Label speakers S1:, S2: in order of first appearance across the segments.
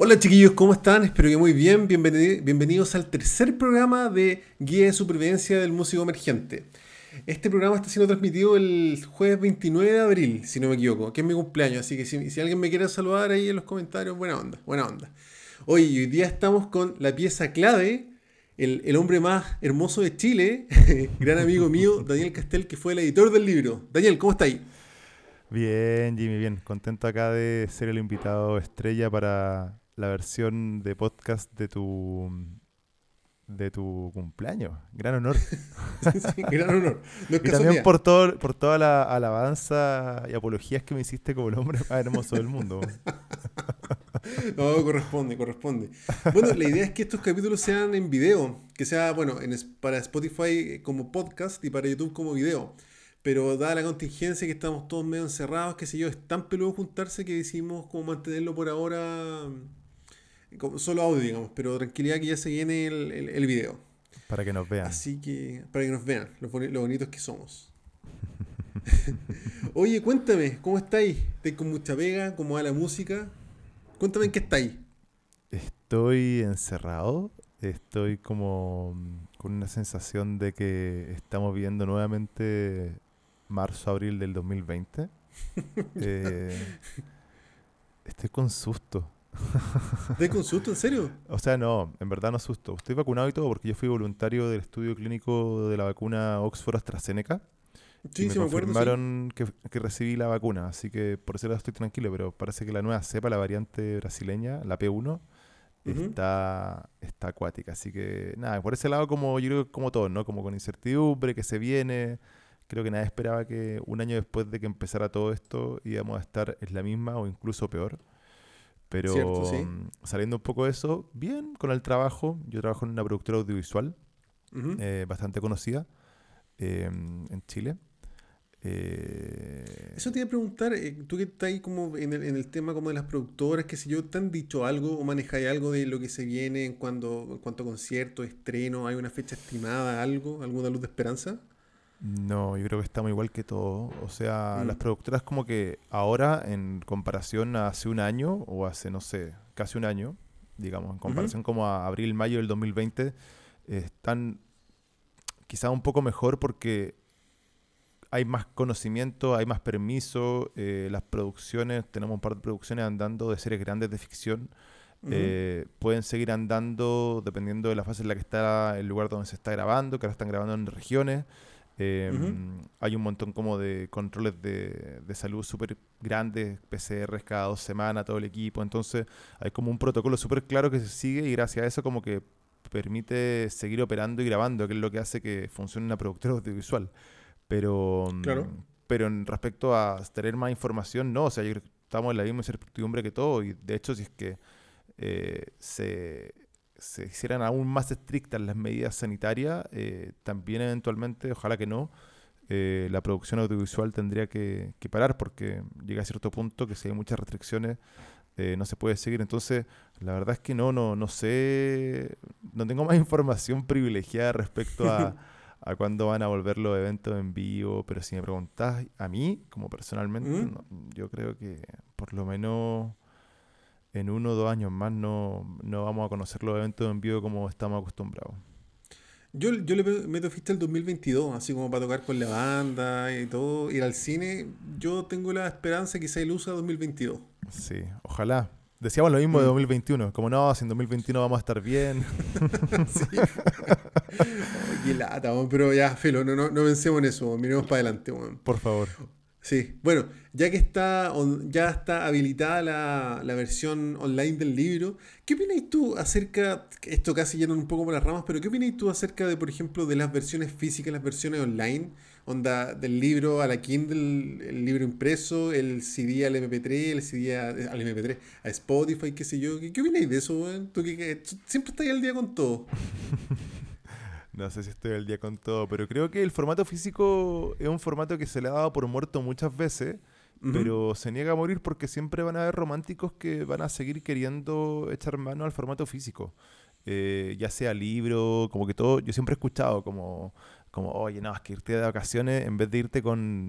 S1: Hola chiquillos, ¿cómo están? Espero que muy bien. Bienvenidos al tercer programa de Guía de Supervivencia del Músico Emergente. Este programa está siendo transmitido el jueves 29 de abril, si no me equivoco, que es mi cumpleaños, así que si alguien me quiere saludar ahí en los comentarios, buena onda, buena onda. Hoy día estamos con la pieza clave, el hombre más hermoso de Chile, gran amigo mío, Daniel Castel, que fue el editor del libro. Daniel, ¿cómo está ahí?
S2: Bien, Jimmy, bien. Contento acá de ser el invitado estrella para la versión de podcast de tu cumpleaños. Gran honor.
S1: Sí, gran honor. No es
S2: Y también
S1: casualidad.
S2: por toda la alabanza y apologías que me hiciste como el hombre más hermoso del mundo.
S1: No, corresponde, corresponde. Bueno, la idea es que estos capítulos sean en video, que sea, bueno, para Spotify como podcast y para YouTube como video. Pero dada la contingencia que estamos todos medio encerrados, qué sé yo, es tan peludo juntarse que decidimos como mantenerlo por ahora como solo audio, digamos, pero tranquilidad que ya se viene el video.
S2: Para que nos vean.
S1: Así que, para que nos vean lo bonitos que somos. Oye, cuéntame, ¿cómo estáis? ¿Estáis con mucha pega? ¿Cómo va la música? Cuéntame en qué estáis.
S2: Estoy encerrado. Estoy como con una sensación de que estamos viviendo nuevamente marzo-abril del 2020. Eh, Estoy con susto.
S1: ¿Estáis con susto, en serio?
S2: O sea, no, en verdad no asusto. Estoy vacunado y todo porque yo fui voluntario del estudio clínico de la vacuna Oxford AstraZeneca y
S1: Sí,
S2: me
S1: sí me acuerdo, sí.
S2: confirmaron que recibí la vacuna. Así que por eso lado estoy tranquilo, pero parece que la nueva cepa, la variante brasileña, la P1,
S1: Ujú.
S2: está acuática. Así que nada, por ese lado como yo creo que como todo, ¿no? Como con incertidumbre que se viene. Creo que nadie esperaba que un año después de que empezara todo esto íbamos a estar en la misma o incluso peor.
S1: Cierto,
S2: Pero
S1: sí.
S2: saliendo un poco de eso, bien con el trabajo. Yo trabajo en una productora audiovisual
S1: Ujú.
S2: bastante conocida en Chile. Eh,
S1: Eso te iba a preguntar, tú que estás ahí como en el tema como de las productoras, qué sé yo, ¿te han dicho algo o manejáis algo de lo que se viene en cuanto a conciertos, estreno? ¿Hay una fecha estimada, algo? ¿Alguna luz de esperanza?
S2: no, yo creo que estamos igual que todo. O sea, las
S1: Mm,
S2: productoras como que ahora, en comparación a hace un año, o hace, no sé, casi un año, digamos, en
S1: ujú,
S2: comparación como a abril, mayo del 2020, están quizá un poco mejor porque hay más conocimiento, hay más permiso, las producciones, tenemos un par de producciones andando de series grandes de ficción,
S1: ujú,
S2: pueden seguir andando dependiendo de la fase en la que está el lugar donde se está grabando, que ahora están grabando en regiones.
S1: ujú,
S2: Hay un montón como de controles de salud súper grandes, PCRs cada 2 semanas, todo el equipo, entonces hay como un protocolo súper claro que se sigue y gracias a eso como que permite seguir operando y grabando, que es lo que hace que funcione una productora audiovisual. Pero,
S1: claro.
S2: pero en respecto a tener más información, no, o sea, yo creo que estamos en la misma incertidumbre que todo y de hecho si es que se hicieran aún más estrictas las medidas sanitarias, también eventualmente, ojalá que no, la producción audiovisual tendría que parar porque llega a cierto punto que si hay muchas restricciones no se puede seguir. Entonces, la verdad es que no sé, no tengo más información privilegiada respecto a cuándo van a volver los eventos en vivo, pero si me preguntás a mí, como personalmente,
S1: Ujú.
S2: no, yo creo que por lo menos en 1 o 2 años más no vamos a conocer los eventos en vivo como estamos acostumbrados.
S1: Yo le meto ficha el 2022, así como para tocar con la banda y todo, ir al cine. Yo tengo la esperanza que sea ilusa 2022.
S2: Sí, ojalá. Decíamos lo mismo de
S1: Mm.
S2: 2021, como no, si en 2021 vamos a estar bien.
S1: Sí. Oh, qué lata, weón, pero ya, filo, no pensemos en eso, weón, miremos para adelante, weón.
S2: Por favor.
S1: Sí, bueno, ya que ya está habilitada la versión online del libro, ¿qué opinas tú acerca, esto casi yendo un poco por las ramas, pero qué opinas tú acerca de, por ejemplo, de las versiones físicas, las versiones online, onda del libro a la Kindle, el libro impreso, el CD al MP3, el CD al MP3, a Spotify, qué sé yo? ¿Qué opináis de eso, weón? Tú que siempre estás al día con todo.
S2: No sé si estoy al día con todo, pero creo que el formato físico es un formato que se le ha dado por muerto muchas veces,
S1: Ujú,
S2: pero se niega a morir porque siempre van a haber románticos que van a seguir queriendo echar mano al formato físico. Ya sea libro, como que todo, yo siempre he escuchado como oye, no, es que irte de vacaciones en vez de irte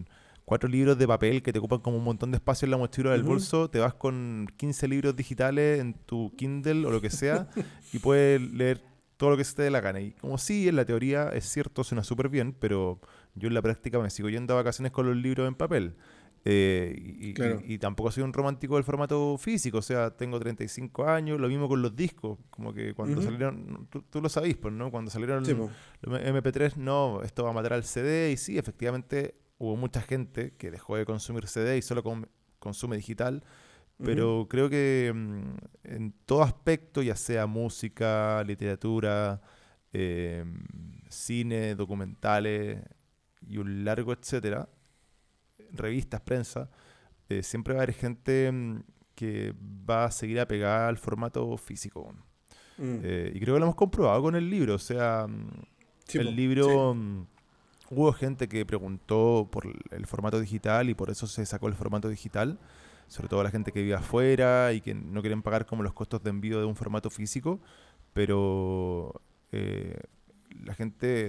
S2: 4 libros de papel que te ocupan como un montón de espacio en la mochila del
S1: Ujú.
S2: bolso, te vas con 15 libros digitales en tu Kindle o lo que sea y puedes leer todo lo que se te dé la gana. Y como sí, en la teoría es cierto, suena súper bien, pero yo en la práctica me sigo yendo a vacaciones con los libros en papel.
S1: Claro.
S2: Y tampoco soy un romántico del formato físico, o sea, tengo 35 años, lo mismo con los discos, como que cuando
S1: Ujú.
S2: salieron, tú lo sabís, pues, ¿no? Cuando
S1: Sí,
S2: salieron
S1: po.
S2: los MP3, no, esto va a matar al CD, y sí, efectivamente hubo mucha gente que dejó de consumir CD y solo consume digital,
S1: Ujú.
S2: pero creo que en todo aspecto, ya sea música, literatura, eh, cine, documentales y un largo etcétera, revistas, prensa, siempre va a haber gente que va a seguir apegada al formato físico.
S1: Mm.
S2: Y creo que lo hemos comprobado con el libro. O sea,
S1: Sí,
S2: el
S1: po. Sí.
S2: libro, hubo gente que preguntó por el formato digital y por eso se sacó el formato digital. Sobre todo la gente que vive afuera y que no quieren pagar como los costos de envío de un formato físico. Pero eh, la gente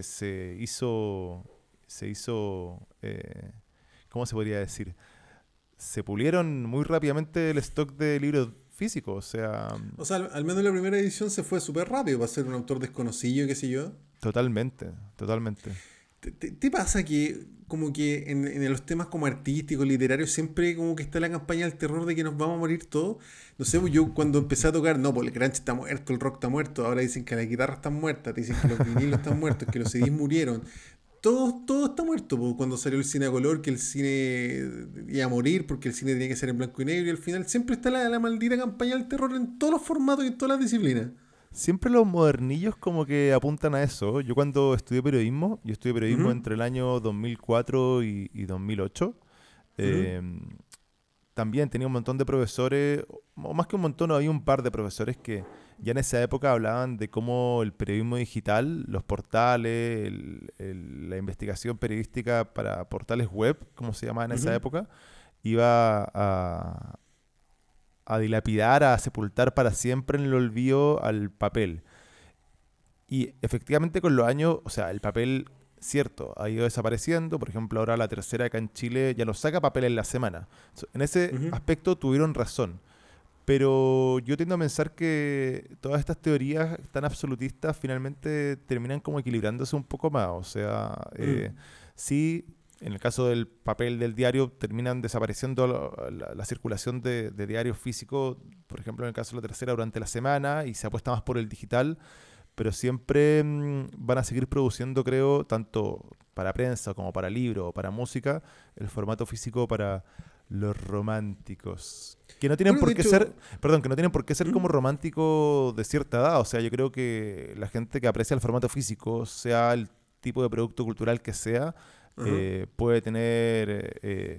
S2: ¿cómo se podría decir? Se pulieron muy rápidamente el stock de libros físicos, o sea,
S1: O sea, al menos la primera edición se fue súper rápido para ser un autor desconocido, qué sé yo.
S2: totalmente, totalmente.
S1: ¿Te pasa que como que en los temas como artísticos, literarios, siempre como que está la campaña del terror de que nos vamos a morir todos? No sé, pues yo cuando empecé a tocar, no, pues el grunge está muerto, el rock está muerto, ahora dicen que las guitarras están muertas, te dicen que los vinilos están muertos, que los CDs murieron. Todo está muerto, pues, cuando salió el cine a color, que el cine iba a morir porque el cine tenía que ser en blanco y negro y al final siempre está la maldita campaña del terror en todos los formatos y en todas las disciplinas.
S2: Siempre los modernillos como que apuntan a eso. Yo cuando yo estudié periodismo
S1: Ujú,
S2: entre el año 2004 y 2008.
S1: ujú,
S2: eh, También tenía un montón de profesores, o más que un montón, había un par de profesores que ya en esa época hablaban de cómo el periodismo digital, los portales, la investigación periodística para portales web, como se llamaba en esa
S1: ujú.
S2: época, iba a dilapidar, a sepultar para siempre en el olvido al papel. Y efectivamente con los años, o sea, el papel, cierto, ha ido desapareciendo. Por ejemplo, ahora la tercera acá en Chile ya no saca papel en la semana. En ese
S1: Ujú.
S2: aspecto tuvieron razón. Pero yo tiendo a pensar que todas estas teorías tan absolutistas finalmente terminan como equilibrándose un poco más. O sea,
S1: Mm.
S2: sí, en el caso del papel del diario terminan desapareciendo la circulación de diarios físicos, por ejemplo, en el caso de la tercera durante la semana y se apuesta más por el digital, pero siempre van a seguir produciendo, creo, tanto para prensa como para libro o para música, el formato físico para los románticos. Que no tienen
S1: Bueno, de
S2: por qué ser,
S1: hecho,
S2: perdón, que no tienen por qué ser como
S1: ¿mm?
S2: romántico de cierta edad. O sea, yo creo que la gente que aprecia el formato físico, sea el tipo de producto cultural que sea,
S1: Ajá.
S2: puede tener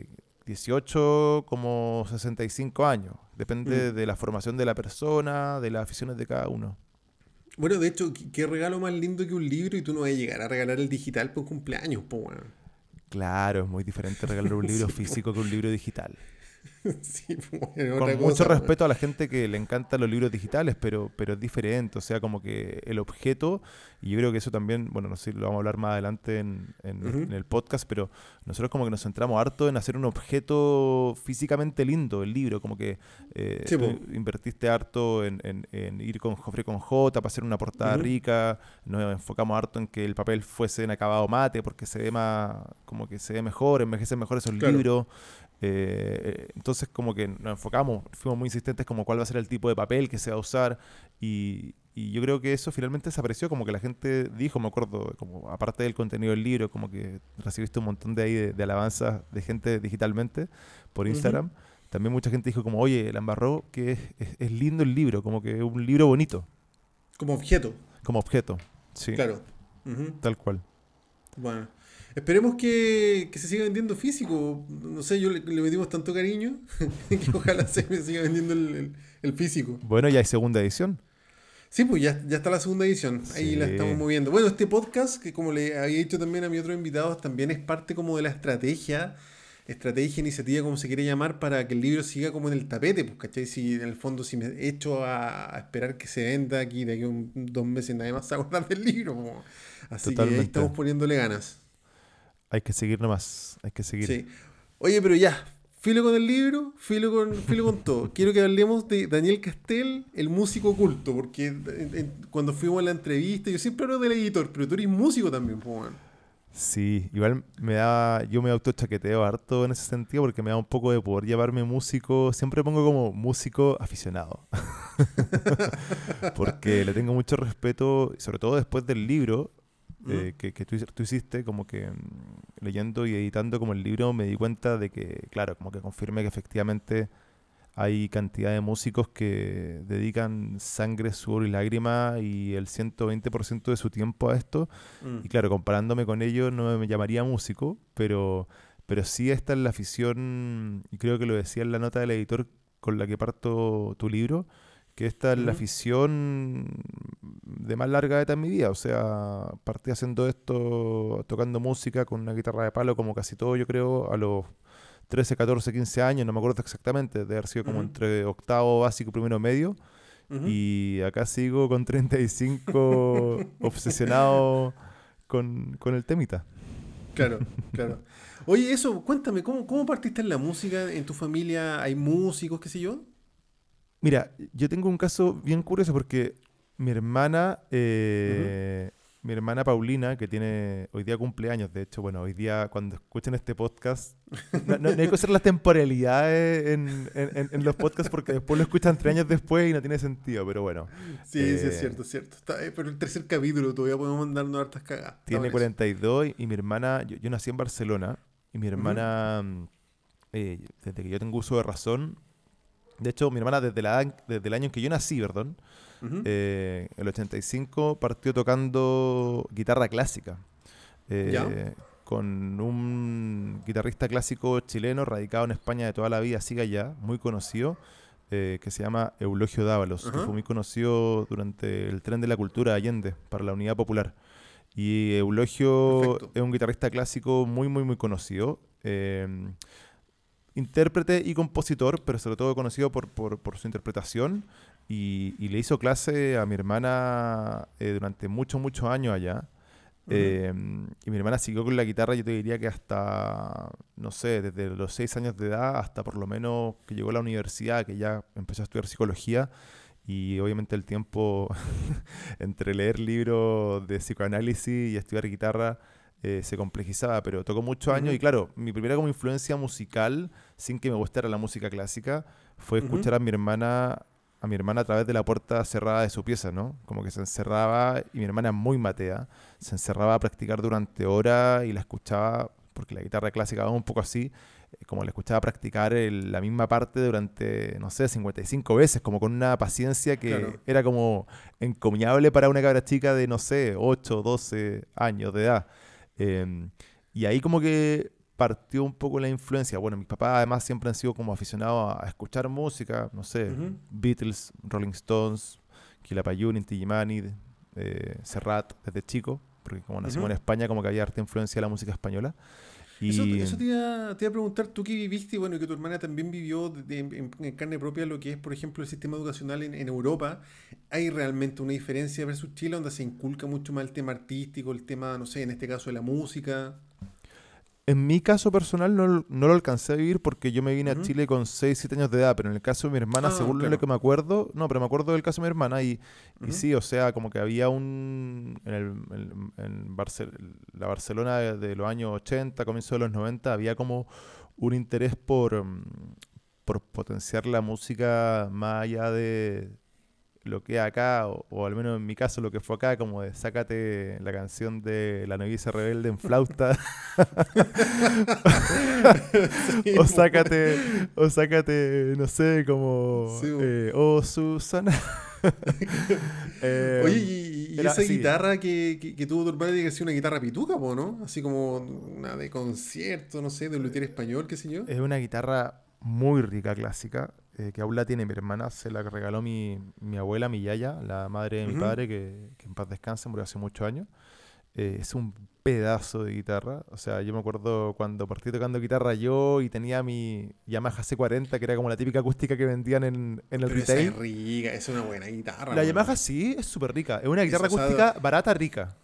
S2: 18 como 65 años.
S1: Mm.
S2: Depende de la formación de la persona, de las aficiones de cada uno.
S1: Bueno, de hecho, ¿qué regalo más lindo que un libro y tú no vas a llegar a regalar el digital por cumpleaños, po, weón?
S2: Claro, es muy diferente regalar un libro
S1: Sí, po.
S2: físico que un libro digital.
S1: Sí, po, es
S2: Con
S1: otra
S2: mucho
S1: cosa, weón.
S2: respeto a la gente que le encantan los libros digitales, pero es diferente. O sea, como que el objeto, y yo creo que eso también, bueno, no sé si lo vamos a hablar más adelante
S1: Ujú.
S2: en el podcast, pero nosotros como que nos centramos harto en hacer un objeto físicamente lindo, el libro. Como que
S1: Sí,
S2: tú
S1: po.
S2: invertiste harto en ir con Jofre con J para hacer una portada
S1: Ujú.
S2: rica. Nos enfocamos harto en que el papel fuese en acabado mate porque se ve más, como que se ve mejor, envejecen mejor esos
S1: Claro.
S2: libros. Entonces como que nos enfocamos, fuimos muy insistentes como cuál va a ser el tipo de papel que se va a usar y yo creo que eso finalmente desapareció, como que la gente dijo, me acuerdo, como aparte del contenido del libro, como que recibiste un montón de ahí de alabanzas de gente digitalmente por
S1: Ujú.
S2: Instagram. También mucha gente dijo como, oye, la embarró, que es lindo el libro, como que es un libro bonito,
S1: Como objeto,
S2: como objeto. Sí,
S1: claro. Ujú.
S2: tal cual.
S1: Bueno, esperemos que se siga vendiendo físico. No sé, le metimos tanto cariño que ojalá se me siga vendiendo el físico.
S2: Bueno, ya hay segunda edición.
S1: Sí, pues ya está la segunda edición. Ahí la estamos
S2: Sí,
S1: moviendo. Bueno, este podcast, que como le había dicho también a mis otros invitados, también es parte como de la iniciativa, como se quiere llamar, para que el libro siga como en el tapete, pues, ¿cachai? Si en el fondo, si me echo a esperar que se venda aquí de aquí a 2 meses, nadie más se va a acordar del libro, po. Así que ahí
S2: totalmente.
S1: estamos poniéndole ganas.
S2: Hay que seguir nomás, hay que seguir.
S1: Sí. Oye, pero ya, filo con el libro, filo con todo. Quiero que hablemos de Daniel Castel, el músico oculto, porque cuando fuimos a la entrevista, yo siempre hablo del editor, pero tú eres músico también, pues, weón.
S2: Sí, igual yo me autochaqueteo harto en ese sentido porque me da un poco de poder llamarme músico, siempre pongo como músico aficionado, porque le tengo mucho respeto, y sobre todo después del libro
S1: ¿Mm?
S2: que tú hiciste, como que leyendo y editando como el libro me di cuenta de que, claro, como que confirme que efectivamente hay cantidad de músicos que dedican sangre, sudor y lágrima y el 120% de su tiempo a esto.
S1: Mm.
S2: Y claro, comparándome con ellos no me llamaría músico, pero sí esta es la afición, y creo que lo decía en la nota del editor con la que parto tu libro, que esta es la
S1: Ujú.
S2: afición de más larga edad en mi vida. O sea, partí haciendo esto, tocando música con una guitarra de palo, como casi todo, yo creo, a los 13, 14, 15 años, no me acuerdo exactamente, de haber sido como
S1: Ujú.
S2: entre octavo básico y primero medio.
S1: Ujú.
S2: Y acá sigo con 35 obsesionado con el temita.
S1: Claro, claro. Oye, eso, cuéntame, ¿cómo partiste en la música? ¿En tu familia hay músicos, qué sé yo?
S2: Mira, yo tengo un caso bien curioso porque mi hermana,
S1: Ujú.
S2: mi hermana Paulina, que tiene hoy día cumpleaños, de hecho, bueno, hoy día cuando escuchen este podcast, no hay que hacer las temporalidades en los podcasts porque después lo escuchan 3 años después y no tiene sentido, pero bueno,
S1: Sí, sí, es
S2: eh,
S1: cierto, es cierto. Pero el tercer capítulo todavía podemos mandarnos hartas cagadas. Estaba
S2: tiene
S1: en eso.
S2: 42 y mi hermana, yo nací en Barcelona y mi
S1: Ujú.
S2: hermana, desde que yo tengo uso de razón, de hecho, mi hermana desde el año en que yo nací, perdón,
S1: Ujú.
S2: el 85 partió tocando guitarra clásica
S1: ¿Ya?
S2: con un guitarrista clásico chileno radicado en España de toda la vida, sigue allá, muy conocido, que se llama Eulogio Dávalos, que
S1: Ajá.
S2: fue muy conocido durante el Tren de la Cultura de Allende para la Unidad Popular. Y Eulogio
S1: Perfecto.
S2: es un guitarrista clásico muy, muy, muy conocido. Intérprete y compositor, pero sobre todo conocido por su interpretación. Y le hizo clase a mi hermana durante muchos, muchos años allá.
S1: Ujú.
S2: Y mi hermana siguió con la guitarra, yo te diría que hasta, no sé, desde los 6 años de edad hasta por lo menos que llegó a la universidad, que ya empezó a estudiar psicología. Y obviamente el tiempo entre leer libros de psicoanálisis y estudiar guitarra se complejizaba, pero tocó muchos años y
S1: Ujú.
S2: claro, mi primera como influencia musical, sin que me gustara la música clásica, fue
S1: Ujú.
S2: escuchar a mi hermana a través de la puerta cerrada de su pieza, ¿no? Como que se encerraba y mi hermana es muy matea, se encerraba a practicar durante horas y la escuchaba, porque la guitarra clásica va un poco así, como la escuchaba practicar la misma parte durante, no sé, 55 veces, como con una paciencia que
S1: Claro.
S2: era como encomiable para una cabra chica de, no sé, 8 12 años de edad. Eh, y ahí como que partió un poco la influencia. Bueno, mis papás además siempre han sido como aficionados a escuchar música, no sé,
S1: Ujú.
S2: Beatles, Rolling Stones, Quilapayún, Inti Illimani, Serrat desde chico, porque como nacimos
S1: Ujú.
S2: en España como que había harta influencia de la música española. Y
S1: Eso te iba a preguntar, tú que viviste, y bueno, y que tu hermana también vivió en carne propia lo que es, por ejemplo, el sistema educacional en Europa. ¿Hay realmente una diferencia versus Chile, donde se inculca mucho más el tema artístico, el tema, no sé, en este caso de la música?
S2: en mi caso personal no lo alcancé a vivir porque yo me vine a
S1: Ujú.
S2: Chile con 6 7 años de edad, pero en el caso de mi hermana,
S1: Ah,
S2: según lo
S1: claro.
S2: que me acuerdo, no, pero me acuerdo del caso de mi hermana y
S1: Ujú.
S2: sí, o sea, como que había la Barcelona de los años 80 comienzo de los 90 había como un interés por potenciar la música más allá de lo que es acá, o al menos en mi caso lo que fue acá, como de sácate la canción de La novicia rebelde en flauta,
S1: Sí,
S2: o
S1: po.
S2: sácate, o sácate, no sé, como,
S1: Sí, po.
S2: oh Susana.
S1: Oye,
S2: Eh,
S1: y
S2: era
S1: esa
S2: así,
S1: guitarra que tuvo tu hermana tiene que ser una guitarra pituca, po, ¿no? Así como una de concierto, no sé, de luthier español, qué sé yo.
S2: es una guitarra muy rica clásica, que aún la tiene mi hermana, se la regaló mi abuela, mi yaya, la madre de mi
S1: Ujú.
S2: padre, que en paz descanse, murió hace muchos años. Es un pedazo de guitarra. O sea, yo me acuerdo cuando partí tocando guitarra yo y tenía mi Yamaha C40, que era como la típica acústica que vendían en el
S1: Pero esa es
S2: retail.
S1: rica, esa es una buena guitarra,
S2: La Yamaha
S1: weón.
S2: sí es súper rica. Es una guitarra
S1: O sea,
S2: acústica barata, rica.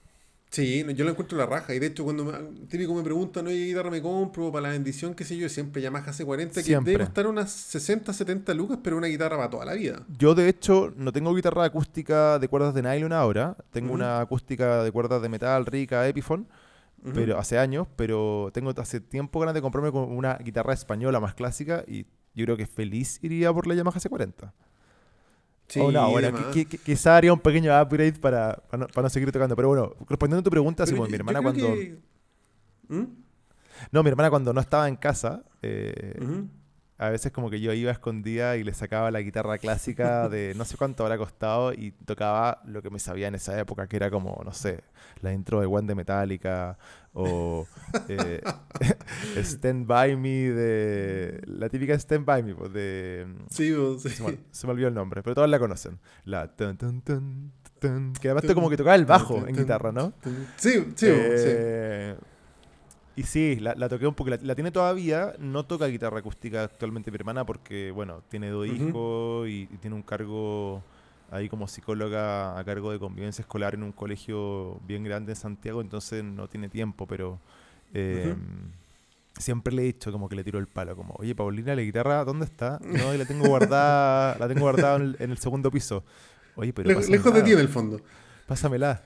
S1: Sí, no, yo la encuentro la raja. Y de hecho, cuando típico me preguntan, oye, ¿qué guitarra me compro para la bendición? Qué sé yo, siempre Yamaha C40, que debe
S2: Siempre.
S1: costar unas 60, 70 lucas, pero una guitarra para toda la vida.
S2: Yo, de hecho, no tengo guitarra acústica de cuerdas de nylon ahora. Tengo
S1: Ujú,
S2: una acústica de cuerdas de metal rica, Epiphone,
S1: ujú.
S2: pero hace años, pero tengo hace tiempo ganas de comprarme con una guitarra española más clásica y yo creo que feliz iría por la Yamaha C40. O no,
S1: Sí,
S2: bueno,
S1: demás.
S2: quizá haría un pequeño upgrade para no seguir tocando. Pero bueno, respondiendo a tu pregunta, sí,
S1: Pero
S2: pues, mi
S1: yo
S2: hermana
S1: creo
S2: cuando...
S1: que... ¿Mm?
S2: No, mi hermana cuando no estaba en casa,
S1: Ujú.
S2: a veces como que yo iba escondida y le sacaba la guitarra clásica de no sé cuánto habrá costado y tocaba lo que me sabía en esa época, que era como, no sé, la intro de One de Metallica o eh, Stand By Me de... La típica Stand By Me, pues de...
S1: Sí, vos,
S2: Se me,
S1: sí.
S2: se me olvidó el nombre, pero todas la conocen. La... Tun, tun, tun, tun, que además como que
S1: Tun,
S2: tocaba el
S1: ta,
S2: bajo
S1: tun,
S2: en
S1: tun,
S2: guitarra, ¿no?
S1: tun. Sí, sí, vos, sí.
S2: Eh, y sí, la toqué un poco, la tiene todavía, no toca guitarra acústica actualmente mi hermana porque, bueno, tiene dos
S1: Ujú,
S2: hijos y tiene un cargo ahí como psicóloga a cargo de convivencia escolar en un colegio bien grande en Santiago, entonces no tiene tiempo, pero eh,
S1: ujú.
S2: siempre le he dicho como que le tiro el palo, como, oye, Paulina, la guitarra, ¿dónde está? No, y la tengo guardada en el segundo piso. Oye, pero
S1: Lejos de ti
S2: pásamela,
S1: en el fondo.
S2: pásamela.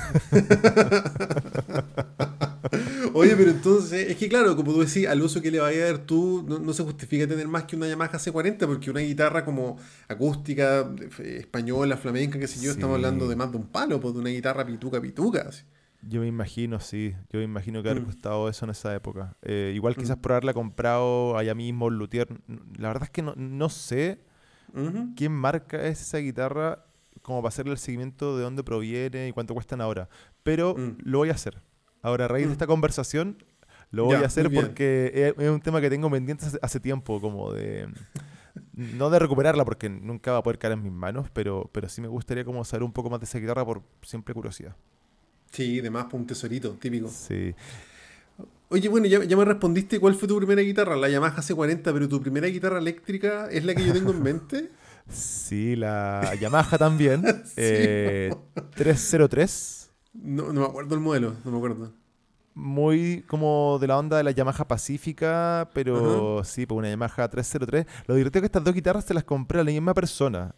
S1: Oye, pero entonces, es que claro, como tú decís, al uso que le vaya a dar tú, no, no se justifica tener más que una Yamaha C40, porque una guitarra como acústica, española, flamenca, qué sé yo, estamos hablando de
S2: Sí.
S1: más de un palo, pues de una guitarra pituca, pituca. Así.
S2: Yo me imagino, sí. Yo me imagino que haber
S1: Mm,
S2: costado eso en esa época. Igual quizás
S1: mm,
S2: por haberla comprado allá mismo, luthier. La verdad es que no sé
S1: ujú,
S2: quién marca es esa guitarra como para hacerle el seguimiento de dónde proviene y cuánto cuestan ahora. Pero
S1: mm,
S2: lo voy a hacer. Ahora, a raíz de
S1: mm.
S2: esta conversación, lo voy a
S1: Ya, muy
S2: hacer
S1: bien.
S2: porque es un tema que tengo pendiente hace tiempo, como de... No de recuperarla porque nunca va a poder caer en mis manos, pero sí me gustaría como saber un poco más de esa guitarra por simple curiosidad.
S1: Sí, de más, por un tesorito, típico.
S2: Sí.
S1: Oye, bueno, ya me respondiste cuál fue tu primera guitarra, la Yamaha C40, pero tu primera guitarra eléctrica es la que yo tengo en mente.
S2: Sí, la Yamaha también.
S1: Sí.
S2: 303.
S1: No, no me acuerdo el modelo, no me acuerdo.
S2: Muy como de la onda de la Yamaha Pacífica,
S1: Ajá.
S2: pero sí, pues una Yamaha 303. Lo divertido es que estas dos guitarras se las compré a la misma persona.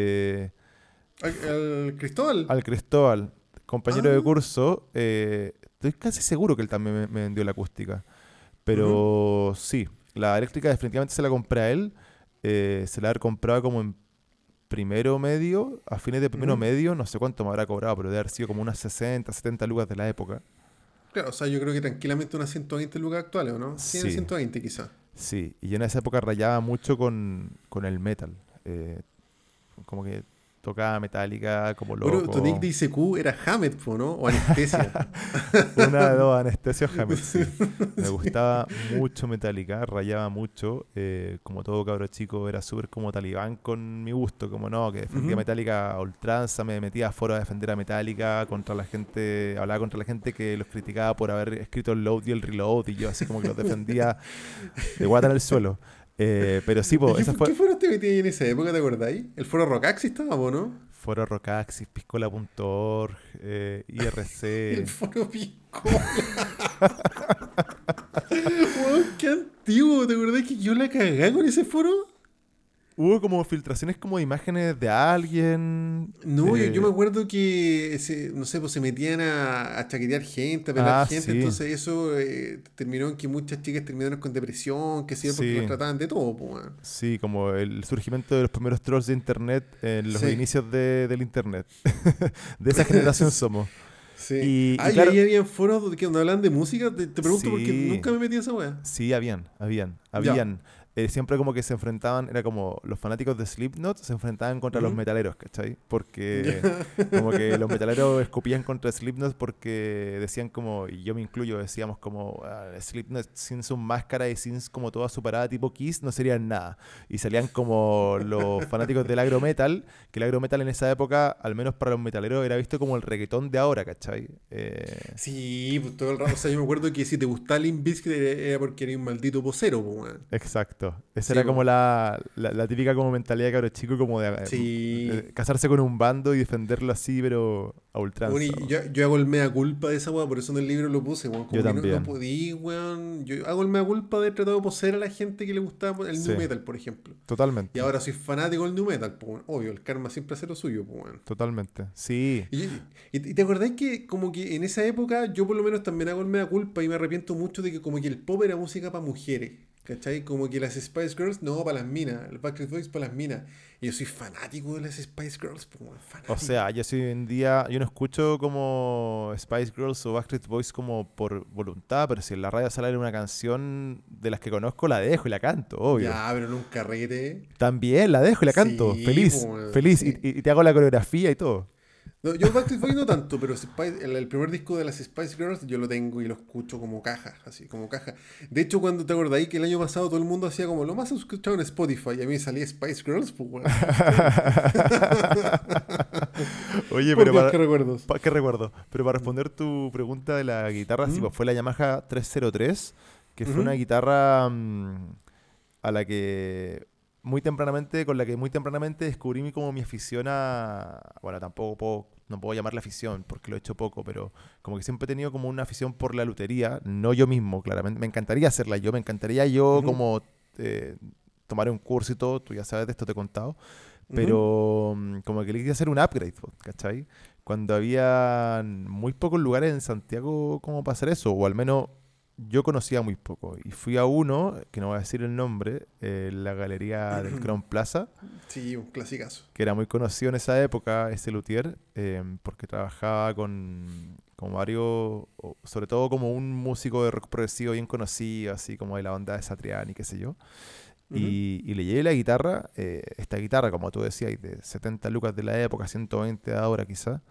S1: ¿Al Cristóbal?
S2: Al Cristóbal, compañero de
S1: Ah,
S2: curso. Estoy casi seguro que él también me vendió la acústica.
S1: ujú,
S2: Pero sí, la eléctrica definitivamente se la compré a él. Se la haber comprado como en primero medio, a fines de primero
S1: ujú.
S2: medio, no sé cuánto me habrá cobrado, pero debe haber sido como unas 60, 70 lucas de la época.
S1: Claro, o sea, yo creo que tranquilamente unas 120 lucas actuales, ¿o no? 100,
S2: Sí,
S1: 120 quizás.
S2: sí. Y yo en esa época rayaba mucho con el metal. Como que tocaba metálica como
S1: Bueno, tu nick
S2: loco.
S1: de ICQ era Hammett, po, ¿no? O Anestesia.
S2: Una de dos, Anestesio Hammett, sí. Me gustaba mucho Metallica, rayaba mucho. Como todo cabro chico, era súper como talibán con mi gusto. Como no, que defendía
S1: Ujú.
S2: Metallica a ultranza, me metía a foros a defender a Metallica contra la gente, hablaba contra la gente que los criticaba por haber escrito el load y el reload, y yo así como que los defendía de guata en el suelo. Pero sí,
S1: ¿Y
S2: po, esa
S1: qué
S2: fue
S1: foro te metías ahí en esa época, te acordáis? El foro Rockaxi estaba, po, ¿no?
S2: Foro Rockaxis, Piscola.org,
S1: El
S2: IRC.
S1: foro Piscola. Weón, qué antiguo, ¿te acordás que yo la cagé con ese foro?
S2: Hubo como filtraciones como de imágenes de alguien.
S1: No, yo me acuerdo que, no sé, pues se metían a chaquetear gente, a pelar gente,
S2: Sí,
S1: entonces eso terminó en que muchas chicas terminaron con depresión, que sí, porque las
S2: sí,
S1: trataban de todo, pues, weón.
S2: sí, como el surgimiento de los primeros trolls de internet en los
S1: Sí,
S2: inicios del internet. De esa generación somos.
S1: sí.
S2: Y
S1: Ah, y
S2: claro,
S1: ahí habían foros donde hablan de música, te pregunto porque
S2: sí,
S1: nunca me metí a esa weá.
S2: sí,
S1: Ya.
S2: habían. Siempre como que se enfrentaban, era como los fanáticos de Slipknot se enfrentaban contra los
S1: Ujú.
S2: metaleros, ¿cachai?
S1: Ya.
S2: Porque como que los metaleros escupían contra Slipknot porque decían como, y yo me incluyo, decíamos como, Slipknot sin su máscara y sin como toda su parada tipo Kiss no serían nada. Y salían como los fanáticos del agro metal, que el agro metal en esa época, al menos para los metaleros, era visto como el reggaetón de ahora, ¿cachai?
S1: Sí, pues todo el rato. O sea, yo me acuerdo que si te gustaba Limp Bizkit era porque eres un maldito posero, pues, weón.
S2: Exacto. Eso. Esa
S1: Sí,
S2: era como
S1: po.
S2: la típica como mentalidad de cabro chico, como
S1: Sí.
S2: casarse con un bando y defenderlo así, pero a
S1: Bueno,
S2: ultranza,
S1: y
S2: weón.
S1: yo hago el mea culpa de esa weá, por eso en el libro lo puse, weón.
S2: Yo
S1: Como que no
S2: también.
S1: podí, weón. Yo hago el mea culpa de haber tratado de poseer a la gente que le gustaba el
S2: Sí,
S1: new metal, por ejemplo. Y
S2: totalmente.
S1: ahora soy fanático del new metal, pues, weón. Obvio, el karma siempre hace lo suyo, pues, weón.
S2: Totalmente. Sí.
S1: Y te acordás que como que en esa época yo por lo menos también hago el mea culpa y me arrepiento mucho de que como que el pop era música para mujeres, ¿cachai? Como que las Spice Girls no para las minas, el Backstreet Boys para las minas. Y yo soy fanático de las Spice Girls, pues, weón,
S2: O
S1: fanático.
S2: sea, yo soy hoy en día, yo no escucho como Spice Girls o Backstreet Boys como por voluntad, pero si en la radio sale una canción de las que conozco, la dejo y la canto, obvio.
S1: Ya, pero en un carrete.
S2: También la dejo y la canto,
S1: Sí,
S2: feliz,
S1: pues,
S2: feliz,
S1: sí.
S2: y te hago la coreografía y todo.
S1: No, yo Backstreet Boys no tanto, pero el primer disco de las Spice Girls yo lo tengo y lo escucho como caja, así, como caja. De hecho, cuando te acordáis que el año pasado todo el mundo hacía como lo más escuchado en Spotify y a mí me salía Spice Girls, pues bueno, ¿cachai?
S2: Oye,
S1: Por
S2: pero
S1: Dios, qué recuerdos.
S2: ¿qué recuerdo? Pero para responder tu pregunta de la guitarra, sí,
S1: ¿Mm?
S2: pues fue la Yamaha 303, que fue una
S1: Ujú,
S2: guitarra a la que con la que muy tempranamente descubrí como mi afición a, bueno, no puedo llamarla afición porque lo he hecho poco, pero como que siempre he tenido como una afición por la lutería, no yo mismo, claramente, me encantaría hacerla yo, me encantaría yo
S1: ujú,
S2: como eh, tomar un curso y todo, tú ya sabes de esto, te he contado,
S1: ujú,
S2: pero como que le quise hacer un upgrade, po, ¿cachai? Cuando había muy pocos lugares en Santiago como para hacer eso, o al menos yo conocía muy poco. Y fui a uno, que no voy a decir el nombre, la galería del Crown Plaza,
S1: Sí, un clasicazo.
S2: que era muy conocido en esa época, ese luthier, porque trabajaba con varios, sobre todo como un músico de rock progresivo bien conocido, así como de la banda de Satriani, qué sé yo.
S1: Ujú.
S2: Y le llevé la guitarra, esta guitarra, como tú decías, de 70 lucas de la época, 120 de ahora quizás,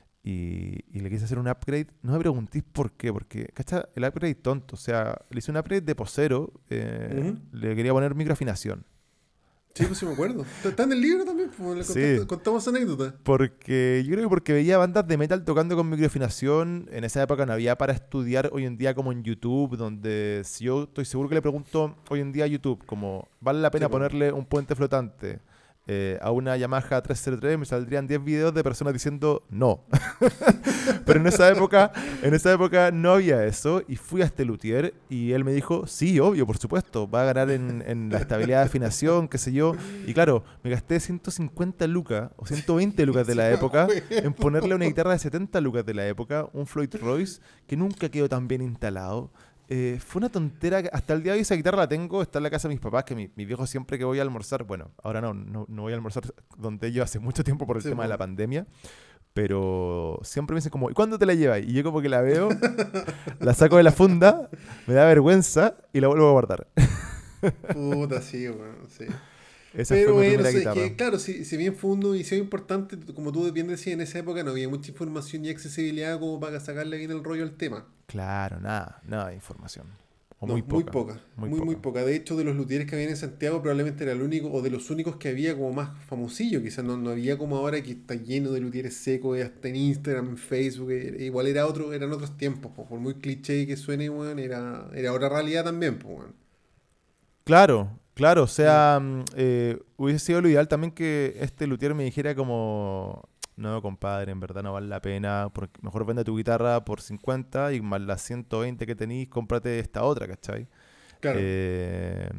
S2: y le quise hacer un upgrade. No me preguntéis por qué, porque, ¿cachai? El upgrade tonto, o sea, le hice un upgrade de posero,
S1: Ujú.
S2: le quería poner microafinación.
S1: Sí, pues sí me acuerdo. Está en el libro también, pues
S2: Sí,
S1: contamos anécdotas.
S2: porque yo creo que porque veía bandas de metal tocando con microafinación, en esa época no había para estudiar hoy en día como en YouTube, donde si yo estoy seguro que le pregunto hoy en día a YouTube, como, ¿vale la
S1: Sí,
S2: pena
S1: pues.
S2: ponerle un puente flotante a una Yamaha 303? Me saldrían 10 videos de personas diciendo no. Pero en esa época no había eso y fui a este luthier y él me dijo, sí, obvio, por supuesto, va a ganar en la estabilidad de afinación, qué sé yo. Y claro, me gasté 150 lucas o 120 lucas de
S1: Sí
S2: la
S1: me
S2: época en ponerle una
S1: acuerdo.
S2: guitarra de 70 lucas de la época, un Floyd Royce, que nunca quedó tan bien instalado. Fue una tontera, hasta el día de hoy esa guitarra la tengo, está en la casa de mis papás, que mi viejo siempre que voy a almorzar, bueno, ahora no voy a almorzar donde ellos hace mucho tiempo por el
S1: Sí,
S2: tema de
S1: pues.
S2: la pandemia, pero siempre me dicen como, ¿y cuándo te la llevas? Y yo como que la veo, la saco de la funda, me da vergüenza y la vuelvo a guardar.
S1: Puta, sí, bueno, sí.
S2: Esa fue
S1: Pero
S2: mi
S1: bueno,
S2: primera
S1: sé
S2: guitarra.
S1: que claro, si bien fue un inicio importante, como tú bien decías, en esa época no había mucha información y accesibilidad como para sacarle bien el rollo al tema.
S2: Claro, nada de información. O
S1: No,
S2: muy
S1: muy
S2: poca,
S1: poca,
S2: muy
S1: muy
S2: poca.
S1: poca. De hecho, de los luthieres que habían en Santiago, probablemente era el único, o de los únicos que había como más famosillo. Quizás no había como ahora que está lleno de luthieres secos, hasta en Instagram, en Facebook. Igual eran otros tiempos, po. Por muy cliché que suene, weón, era otra realidad también, pues, weón.
S2: Claro, claro, o
S1: Mm.
S2: sea, hubiese sido lo ideal también que este luthier me dijera como, no, compadre, en verdad no vale la pena, mejor vende tu guitarra por 50 y más las 120 que tenéis, cómprate esta otra, ¿cachai?
S1: Claro,
S2: Eh,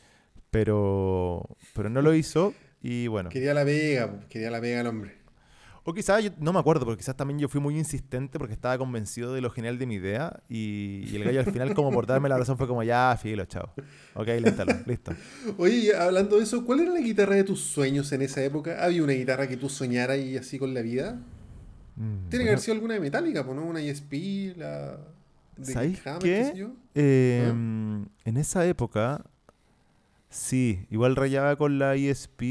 S2: pero no lo hizo y bueno.
S1: quería la pega, po, quería la pega el hombre.
S2: O quizás, no me acuerdo, porque quizás también yo fui muy insistente porque estaba convencido de lo genial de mi idea y el gallo al final como por darme la razón fue como, ya, filo, chao. Ok, le instaló, listo.
S1: Oye, y hablando de eso, ¿cuál era la guitarra de tus sueños en esa época? ¿Había una guitarra que tú soñaras y así con la vida? Tiene que haber
S2: Bueno,
S1: sido alguna de Metallica, pues, ¿no? Una ESP, la de Kirk
S2: ¿sabéis
S1: Hammett, qué sé
S2: qué?
S1: yo. ¿Ah?
S2: En esa época, sí, igual rayaba con la ESP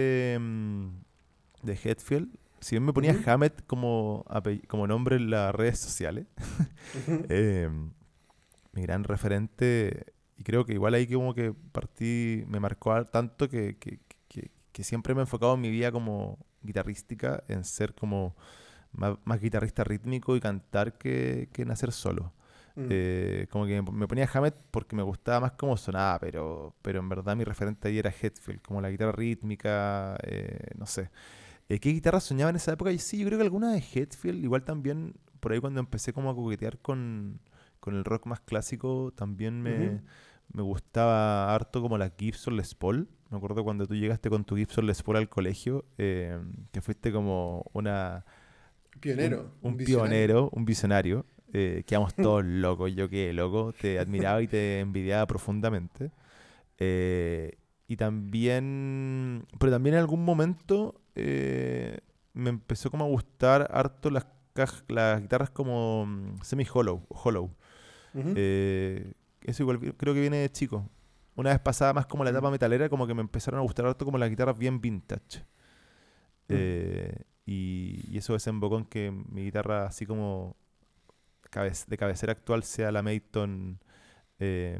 S2: de Hetfield. Si bien me ponía
S1: Ujú,
S2: Hammett como nombre en las redes sociales,
S1: ujú.
S2: em, mi gran referente, y creo que igual ahí como que partí, me marcó tanto que siempre me he enfocado en mi vida como guitarrística, en ser como más guitarrista rítmico y cantar que en hacer solo.
S1: Mm.
S2: Como que me ponía Hammett porque me gustaba más cómo sonaba, pero en verdad mi referente ahí era Hetfield, como la guitarra rítmica, no sé. ¿Qué guitarra soñaba en esa época? Y sí, yo creo que alguna de Hetfield, igual también por ahí cuando empecé como a coquetear con el rock más clásico, también
S1: Ujú.
S2: me gustaba harto como la Gibson Les Paul. Me acuerdo cuando tú llegaste con tu Gibson Les Paul al colegio, que fuiste como
S1: Pionero,
S2: un
S1: un visionario.
S2: pionero, un visionario. Quedamos todos locos, yo quedé loco, te admiraba y te envidiaba profundamente. Y también, pero también en algún momento me empezó como a gustar harto las guitarras como semi-hollow, hollow.
S1: Ujú.
S2: Eh, Eso igual creo que viene de chico. Una vez pasada más como la etapa
S1: Mm.
S2: metalera, como que me empezaron a gustar harto como las guitarras bien vintage.
S1: Mm.
S2: Y eso desembocó en que mi guitarra así como de cabecera actual sea la Maton eh,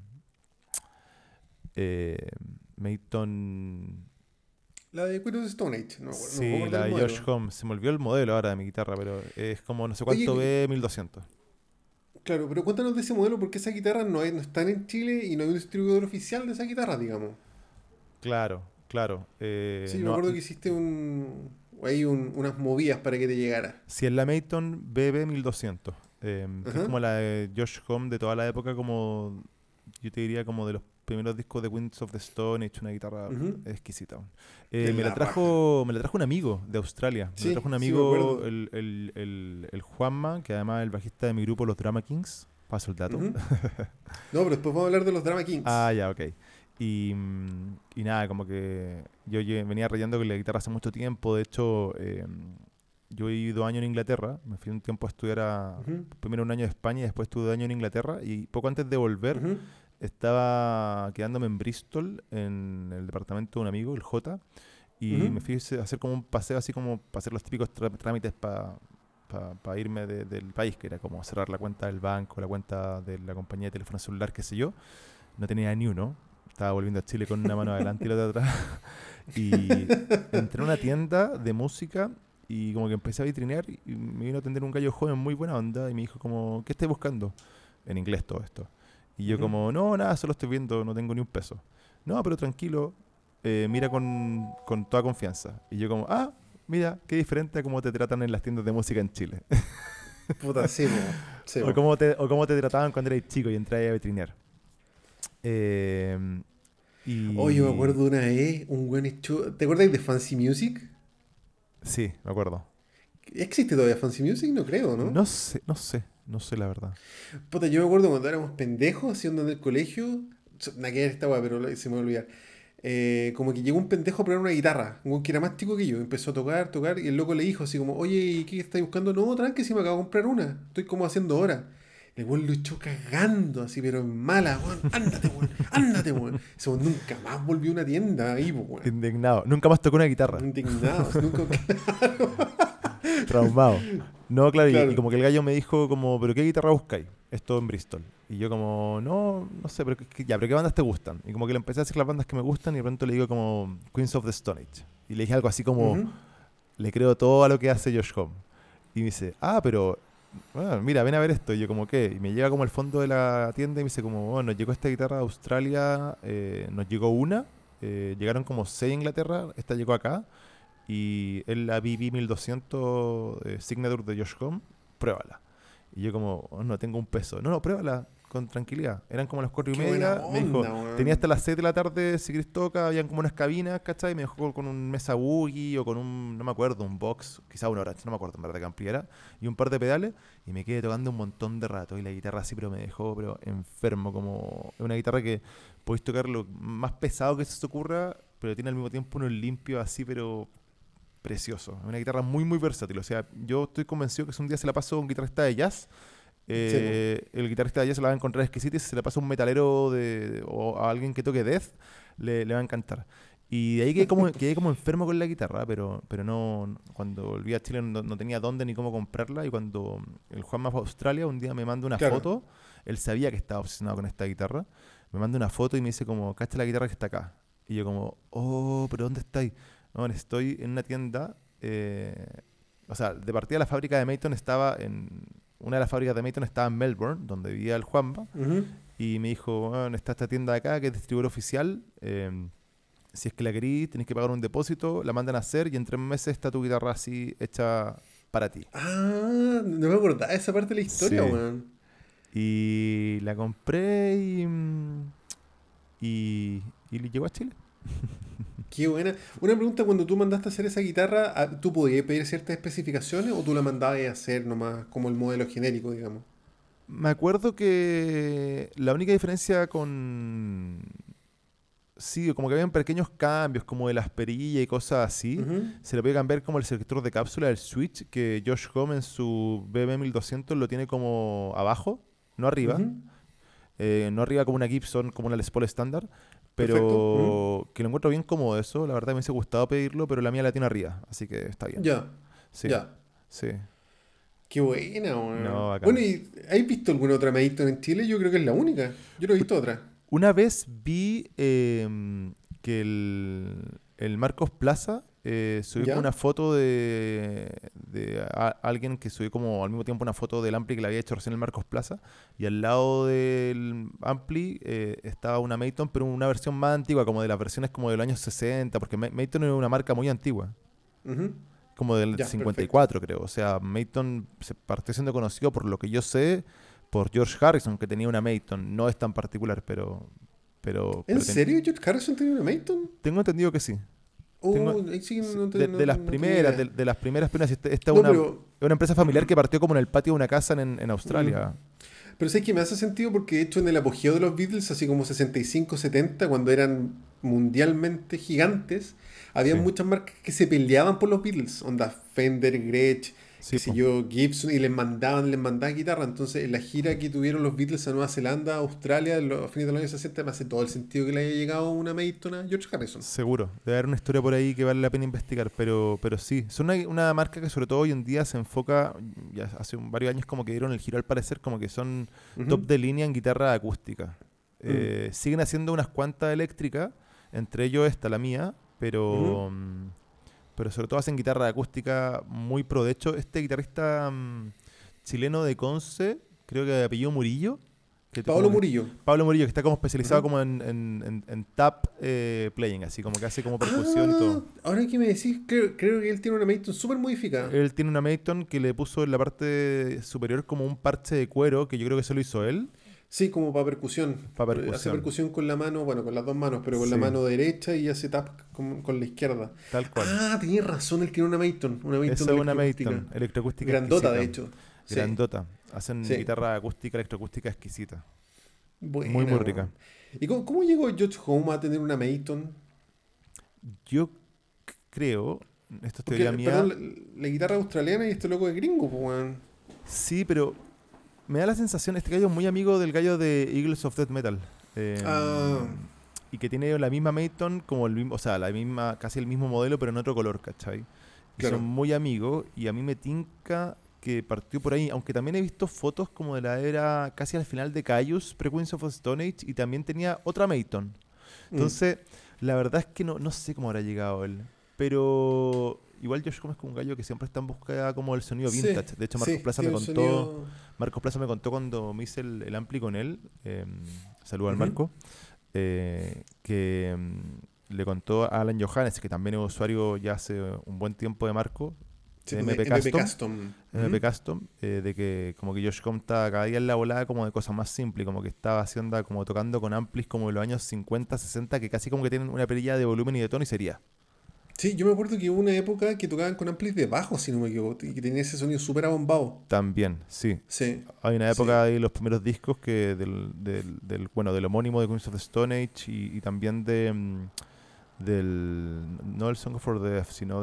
S2: eh, Maton.
S1: La de Queen of the Stone Age, no me
S2: Sí,
S1: acuerdo
S2: la
S1: el
S2: de Josh
S1: modelo.
S2: Home. Se me olvidó el modelo ahora de mi guitarra, pero es como no sé
S1: Oye,
S2: cuánto B1200.
S1: claro, pero cuéntanos de ese modelo porque esas guitarras no están en Chile y no hay un distribuidor oficial de esa guitarra, digamos.
S2: Claro, claro.
S1: Sí, me
S2: No,
S1: acuerdo que hiciste unas movidas para que te llegara.
S2: si es la Maton BB1200, que es
S1: Ajá.
S2: como la de Josh Home de toda la época, como yo te diría como de los primeros discos de Queens of the Stone Age, una guitarra
S1: Ujú.
S2: exquisita.
S1: Es la raja.
S2: Me la trajo un amigo de Australia. Me la trajo
S1: Sí,
S2: un
S1: sí me
S2: amigo,
S1: acuerdo.
S2: el Juanma, que además es el bajista de mi grupo, los Drama Kings. Paso el dato.
S1: Ujú. No, pero después vamos a hablar de los Drama
S2: Ah,
S1: Kings.
S2: ya, ok. Y nada, como que venía rayando con la guitarra hace mucho tiempo. De hecho, yo viví 2 años en Inglaterra. Me fui un tiempo a estudiar
S1: Ujú.
S2: primero un año de España y después estuve 2 años en Inglaterra. Y poco antes de volver,
S1: Ujú.
S2: estaba quedándome en Bristol, en el departamento de un amigo, el J. Y
S1: Ujú.
S2: me fui a hacer como un paseo así como para hacer los típicos trámites para irme del país, que era como cerrar la cuenta del banco, la cuenta de la compañía de teléfono celular, qué sé yo. No tenía ni uno. Estaba volviendo a Chile con una mano adelante y la otra atrás. Y entré a una tienda de música y como que empecé a vitrinear y me vino a atender un gallo joven muy buena onda y me dijo como, ¿qué estás buscando? En inglés todo esto. Y yo
S1: Ujú.
S2: como, no, nada, solo estoy viendo, no tengo ni un peso. No, pero tranquilo, mira con toda confianza. Y yo como, ah, mira, qué diferente a cómo te tratan en las tiendas de música en Chile.
S1: Puta, sí, po. Sí, po.
S2: O cómo te trataban cuando eras chico y entré a vitrinear. Eh,
S1: Oh, yo me
S2: y
S1: acuerdo una vez, un buen hecho. ¿Te acuerdas de Fancy Music?
S2: sí, me acuerdo.
S1: ¿Existe todavía Fancy Music? No creo, ¿no?
S2: No sé la verdad.
S1: Puta, yo me acuerdo cuando éramos pendejos, haciendo en el colegio. Nada que ver esta weá, pero se me va a olvidar. Como que llegó un pendejo a probar una guitarra, un weón que era más tico que yo. Empezó a tocar, tocar, y el loco le dijo así como, oye, ¿y qué estáis buscando? No, tranqui, si me acabo de comprar una. Estoy como haciendo hora. El weón lo echó cagando, así, pero en mala, weón. Ándate, weón. Ese weón nunca más volvió a una tienda ahí, pues, weón.
S2: Indignado. Nunca más tocó una guitarra.
S1: Indignados, nunca.
S2: Traumado. No, claro, y
S1: Claro.
S2: como que el gallo me dijo como, ¿pero qué guitarra buscáis? Esto en Bristol. Y yo como, no sé, pero ya, pero ¿qué bandas te gustan? Y como que le empecé a decir las bandas que me gustan y de pronto le digo como Queens of the Stone Age. Y le dije algo así como,
S1: Ujú.
S2: le creo todo a lo que hace Josh Homme. Y me dice, ah, pero bueno, mira, ven a ver esto. Y yo como, ¿qué? Y me llega como al fondo de la tienda y me dice como, bueno, nos llegó esta guitarra de Australia, nos llegó una, llegaron como 6 a Inglaterra, esta llegó acá, y es la BB1200 Signature de Josh Home, pruébala. Y yo como, "Oh, no tengo un peso. No, pruébala con tranquilidad. Eran como las 4:30.
S1: Qué buena
S2: Me dijo,
S1: onda,
S2: tenía hasta
S1: weón.
S2: las 6 de la tarde, si querés toca, habían como unas cabinas, ¿cachai? Me dejó con un Mesa Boogie o con un, no me acuerdo, un box, quizá un Orange, no me acuerdo en verdad qué ampliera, y un par de pedales, y me quedé tocando un montón de rato. Y la guitarra así, pero me dejó pero enfermo, como es una guitarra que podéis tocar lo más pesado que se te ocurra, pero tiene al mismo tiempo unos limpios así, pero precioso. Es una guitarra muy, muy versátil. O sea, yo estoy convencido que si un día se la paso a un guitarrista de jazz,
S1: Sí, po.
S2: el guitarrista de jazz se la va a encontrar exquisita y si se la pasa a un metalero o a alguien que toque death, le va a encantar. Y de ahí quedé como enfermo con la guitarra, pero no, cuando volví a Chile no tenía dónde ni cómo comprarla. Y cuando el Juanma fue a Australia, un día me manda una
S1: Claro.
S2: foto, él sabía que estaba obsesionado con esta guitarra, me manda una foto y me dice como, cacha la guitarra que está acá. Y yo como, oh, pero ¿dónde estáis? No, estoy en una tienda, o sea, de partida la fábrica de Maton estaba una de las fábricas de Maton estaba en Melbourne, donde vivía el Juanma,
S1: Ujú.
S2: y me dijo, bueno, está esta tienda de acá que es distribuidor oficial, si es que la querís, tenés que pagar un depósito, la mandan a hacer y en 3 meses está tu guitarra así hecha para ti.
S1: Ah, no me acordaba de esa parte de la historia,
S2: Sí.
S1: weón.
S2: Y la compré y, y llegó a Chile.
S1: Qué buena. Una pregunta, cuando tú mandaste a hacer esa guitarra, ¿tú podías pedir ciertas especificaciones o tú la mandabas a hacer nomás como el modelo genérico, digamos?
S2: Me acuerdo que la única diferencia con... Sí, como que habían pequeños cambios, como de las perillas y cosas así.
S1: Ujú,
S2: Se le puede cambiar como el selector de cápsula, el switch, que Josh Homme en su BM 1200 lo tiene como abajo, no arriba.
S1: ujú.
S2: No arriba como una Gibson, como una Les Paul estándar,
S1: Perfecto. Ujú.
S2: pero que lo encuentro bien cómodo eso. La verdad me hubiese gustado pedirlo, pero la mía la tiene arriba, así que está bien.
S1: Ya,
S2: Sí,
S1: ya.
S2: sí.
S1: Qué buena,
S2: No,
S1: weón. Bueno,
S2: bacán.
S1: ¿y has visto alguna otra Maton en Chile? Yo creo que es la única. Yo no he visto otra.
S2: Una vez vi que el Marcos Plaza subió como
S1: ¿Ya?
S2: una foto de alguien que subió como al mismo tiempo una foto del Ampli que le había hecho recién el Marcos Plaza y al lado del Ampli estaba una Maton pero una versión más antigua, como de las versiones como de los años 60 porque Maton es una marca muy antigua,
S1: Ujú.
S2: como del
S1: Ya, perfecto.
S2: 54 creo. O sea, Maton se partió siendo conocido por lo que yo sé por George Harrison, que tenía una Maton. No es tan particular,
S1: ¿En
S2: pero
S1: serio? ¿George Harrison tenía una Maton?
S2: tengo entendido que sí. Tengo,
S1: Oh, ahí sí que
S2: sí,
S1: no,
S2: de las
S1: no tenía
S2: primeras,
S1: idea.
S2: de las primeras penas, esta
S1: No, pero
S2: es una empresa familiar que partió como en el patio de una casa en
S1: mm,
S2: Australia.
S1: pero sé que me hace sentido porque de hecho en el apogeo de los Beatles, así como 65, 70, cuando eran mundialmente gigantes, había
S2: Sí,
S1: muchas marcas que se peleaban por los Beatles, onda Fender, Gretsch, qué
S2: sí,
S1: sé
S2: po.
S1: yo, Gibson, y les mandaban guitarra. Entonces, en la gira que tuvieron los Beatles a Nueva Zelanda, Australia, a fines de los años 60, me hace todo el sentido que le haya llegado una Maton a George Harrison.
S2: Seguro. Debe haber una historia por ahí que vale la pena investigar, pero sí. Es una marca que sobre todo hoy en día se enfoca, ya hace varios años como que dieron el giro al parecer, como que son top
S1: Ujú,
S2: de línea en guitarra acústica.
S1: mm,
S2: Siguen haciendo unas cuantas eléctricas, entre ellos esta, la mía,
S1: ujú.
S2: pero sobre todo hacen guitarra acústica muy pro. De hecho, este guitarrista chileno de Conce, creo que de apellido Murillo, como
S1: Pablo
S2: que
S1: Murillo.
S2: Pablo Murillo, que está como especializado
S1: Ujú.
S2: como en tap playing, así como que hace como percusión y
S1: Ah,
S2: todo.
S1: ahora que me decís, creo que él tiene una Maton súper modificada.
S2: Él tiene una Maton que le puso en la parte superior como un parche de cuero, que yo creo que se lo hizo él,
S1: Sí, como para percusión.
S2: para
S1: Hace
S2: percusión.
S1: percusión con la mano, bueno, con las dos manos, pero con la
S2: Sí,
S1: mano derecha y hace tap con la izquierda.
S2: tal cual.
S1: Ah, tenías razón, él tiene una Maton
S2: Esa es una
S1: electroacústica.
S2: Maton, electroacústica
S1: Grandota, de
S2: exquisita.
S1: hecho. Sí,
S2: Grandota. Hacen
S1: sí.
S2: guitarra acústica, electroacústica exquisita. Muy,
S1: Buena,
S2: muy rica.
S1: weón. ¿Y cómo llegó George Home a tener una Maton?
S2: Yo creo, esto es
S1: Porque,
S2: teoría
S1: perdón,
S2: mía,
S1: la guitarra australiana y este loco es gringo, pues, weón.
S2: sí, pero me da la sensación, este gallo es muy amigo del gallo de Eagles of Death Metal.
S1: Ah,
S2: Y que tiene la misma Maton, como el mismo, o sea, la misma, casi el mismo modelo, pero en otro color, ¿cachai? Y son
S1: claro.
S2: muy amigos, y a mí me tinca que partió por ahí, aunque también he visto fotos como de la era casi al final de Caius, pre-Queens of the Stone Age, y también tenía otra Maton.
S1: Mm.
S2: Entonces, la verdad es que no sé cómo habrá llegado él. Pero igual Josh Come es como un gallo que siempre está en busca como el sonido
S1: Sí,
S2: vintage. De hecho,
S1: sí, tiene un sonido.
S2: Marcos Plaza me contó cuando me hice el ampli con él, saludo al
S1: Ujú.
S2: Marco, que le contó a Alan Johannes, que también es usuario ya hace un buen tiempo de Marco,
S1: Sí,
S2: de
S1: pues de
S2: MP
S1: MP
S2: Custom,
S1: Custom.
S2: MP
S1: Ujú.
S2: Custom, de que como que Josh Come está cada día en la volada como de cosas más simples, como que estaba haciendo como tocando con amplis como de los años 50 60 que casi como que tienen una perilla de volumen y de tono y sería.
S1: Sí, yo me acuerdo que hubo una época que tocaban con amplis de bajo, si no me equivoco, y que tenía ese sonido súper abombado.
S2: También, sí.
S1: Sí,
S2: Hay una época
S1: sí.
S2: de los primeros discos que bueno, del homónimo de Queens of the Stone Age y también no del Song for the Deaf, sino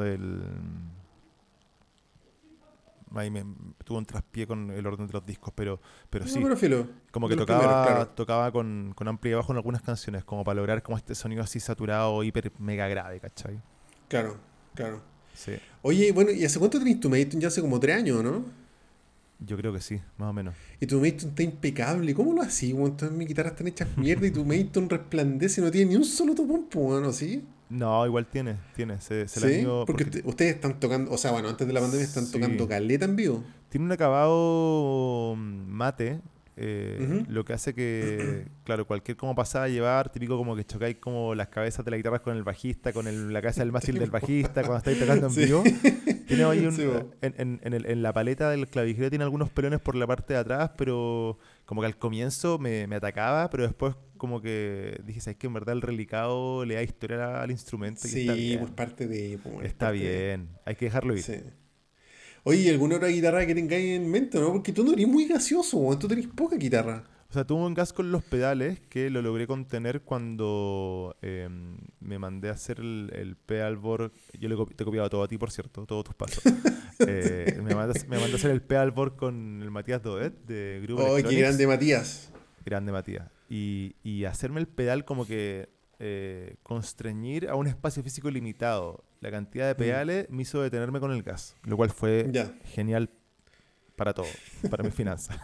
S2: ahí me tuvo un traspié con el orden de los discos, pero
S1: No,
S2: sí,
S1: pero filo,
S2: como
S1: de
S2: que
S1: los primeros, claro.
S2: tocaba con ampli y bajo en algunas canciones, como para lograr como este sonido así saturado, hiper mega grave, ¿cachai?
S1: Claro, claro.
S2: Sí,
S1: Oye, bueno, ¿y hace cuánto tenés tu Maton? Ya hace como 3 años, ¿no?
S2: yo creo que sí, más o menos.
S1: Y tu Maton está impecable. ¿Cómo lo hacís, weón? Todas mis guitarras están hechas mierda y tu Maton resplandece y no tiene ni un solo topón, pues, weón, ¿sí?
S2: No, igual se la han
S1: ¿Sí?
S2: ido,
S1: Porque
S2: porque
S1: ustedes están tocando, o sea, bueno, antes de la pandemia están
S2: sí,
S1: tocando caleta en vivo.
S2: tiene un acabado mate,
S1: Ujú.
S2: lo que hace que, claro, cualquier como pasada a llevar, típico como que chocáis como las cabezas de la guitarra con el bajista, con la cabeza del mástil
S1: Sí,
S2: del
S1: po.
S2: bajista cuando estáis tocando en
S1: Sí.
S2: vivo. Tiene ahí
S1: Sí, po.
S2: en la paleta del clavijero tiene algunos pelones por la parte de atrás, pero como que al comienzo me atacaba, pero después como que dije, ¿sabes que en verdad el relicado le da historia al instrumento y está
S1: Sí, pues
S2: bien?
S1: parte de, pues, bueno, es
S2: Está
S1: parte de.
S2: bien, hay que dejarlo ir.
S1: Sí. Oye, ¿y alguna otra guitarra que tengáis en mente, no? Porque tú no eres muy gaseoso, weón. Tú tenés poca guitarra.
S2: O sea, tuve un gas con los pedales que lo logré contener cuando me mandé a hacer el pedalboard. Te he copiado todo a ti, por cierto, todos tus pasos. Me mandé a hacer el pedalboard con el Matías Dodet de Groove
S1: ¡Ay, qué
S2: Electronics.
S1: grande, Matías!
S2: Grande Matías. Y hacerme el pedal como que constreñir a un espacio físico limitado. La cantidad de
S1: Mm,
S2: pedales me hizo detenerme con el gas, lo cual fue
S1: ya.
S2: genial para todo, para mis finanzas.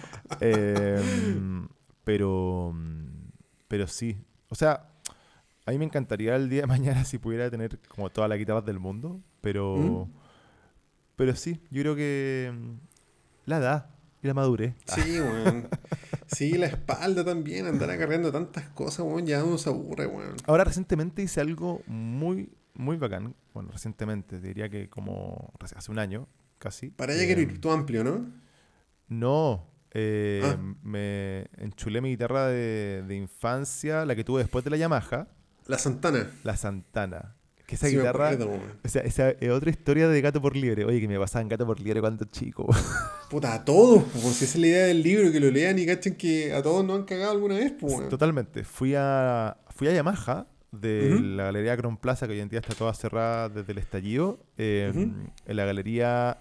S2: Em, pero, pero sí. O sea, a mí me encantaría el día de mañana si pudiera tener como todas las guitarras del mundo,
S1: ¿Mm?
S2: pero sí, yo creo que la edad y la madurez.
S1: Sí, weón. Sí, la espalda también, andar acarreando tantas cosas, weón, ya uno se aburre, weón.
S2: Ahora recientemente hice algo muy bacán. Bueno, recientemente, diría que como hace un año casi.
S1: Para allá quiero ir, tú amplio, ¿no?
S2: No,
S1: Ah,
S2: me enchulé mi guitarra de infancia, la que tuve después de la Yamaha,
S1: la Santana.
S2: la Santana. Que esa
S1: Sí me
S2: guitarra,
S1: acuerdo, weón.
S2: o sea, esa es otra historia de Gato por Liebre. Oye, que me pasaba en Gato por Liebre cuando chico.
S1: Puta, a todos, pues, si esa es la idea del libro, que lo lean y cachen que a todos nos han cagado alguna vez, pues, weón.
S2: Totalmente. Fui a Yamaha de
S1: Ujú,
S2: la Galería Cron Plaza, que hoy en día está toda cerrada desde el estallido,
S1: ujú,
S2: en la Galería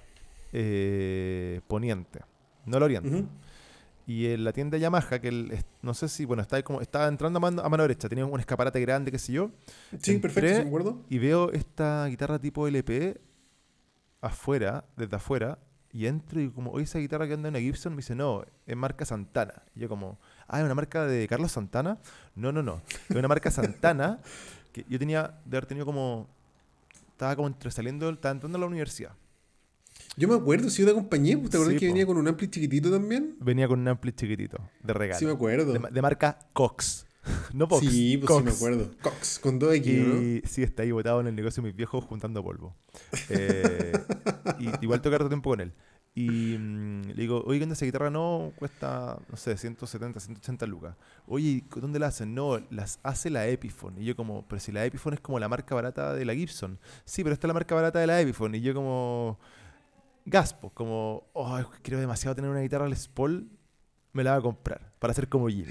S2: Poniente, no el Oriente.
S1: ujú.
S2: Y en la tienda Yamaha, que no sé si, bueno, estaba entrando a mano derecha, tenía un escaparate grande, qué sé yo.
S1: Sí, perfecto, sí me
S2: Entré
S1: acuerdo.
S2: y veo esta guitarra tipo LP afuera, desde afuera, y entro y como, oye, esa guitarra que anda en una Gibson, me dice, no, es marca Santana. Y yo como, ¿es una marca de Carlos Santana? No, no, no. Es una marca Santana que yo tenía, de haber tenido como, estaba como estaba entrando a la universidad.
S1: Yo me acuerdo, si yo te acompañé, pues, ¿te acuerdas
S2: Sí,
S1: que venía
S2: po.
S1: con un ampli chiquitito también?
S2: Venía con un ampli chiquitito, de
S1: Sí me
S2: regalo. De,
S1: acuerdo.
S2: ma- de marca Cox. No Vox,
S1: Sí, pues sí me
S2: Cox.
S1: acuerdo. Cox, con 2X, ¿no?
S2: Y sí, está ahí botado en el negocio de mis viejos juntando polvo. Eh, y igual tocar harto tiempo con él. Y le digo, oye, ¿qué onda esa guitarra? No, cuesta, no sé, 170, 180 lucas. Oye, ¿y dónde la hacen? No, las hace la Epiphone. Y yo como, pero si la Epiphone es como la marca barata de la Gibson. Sí, pero esta es la marca barata de la Epiphone. Y yo como, gaspo, como, oh, quiero demasiado tener una guitarra Les Paul, me la voy a comprar para hacer como Jimmy.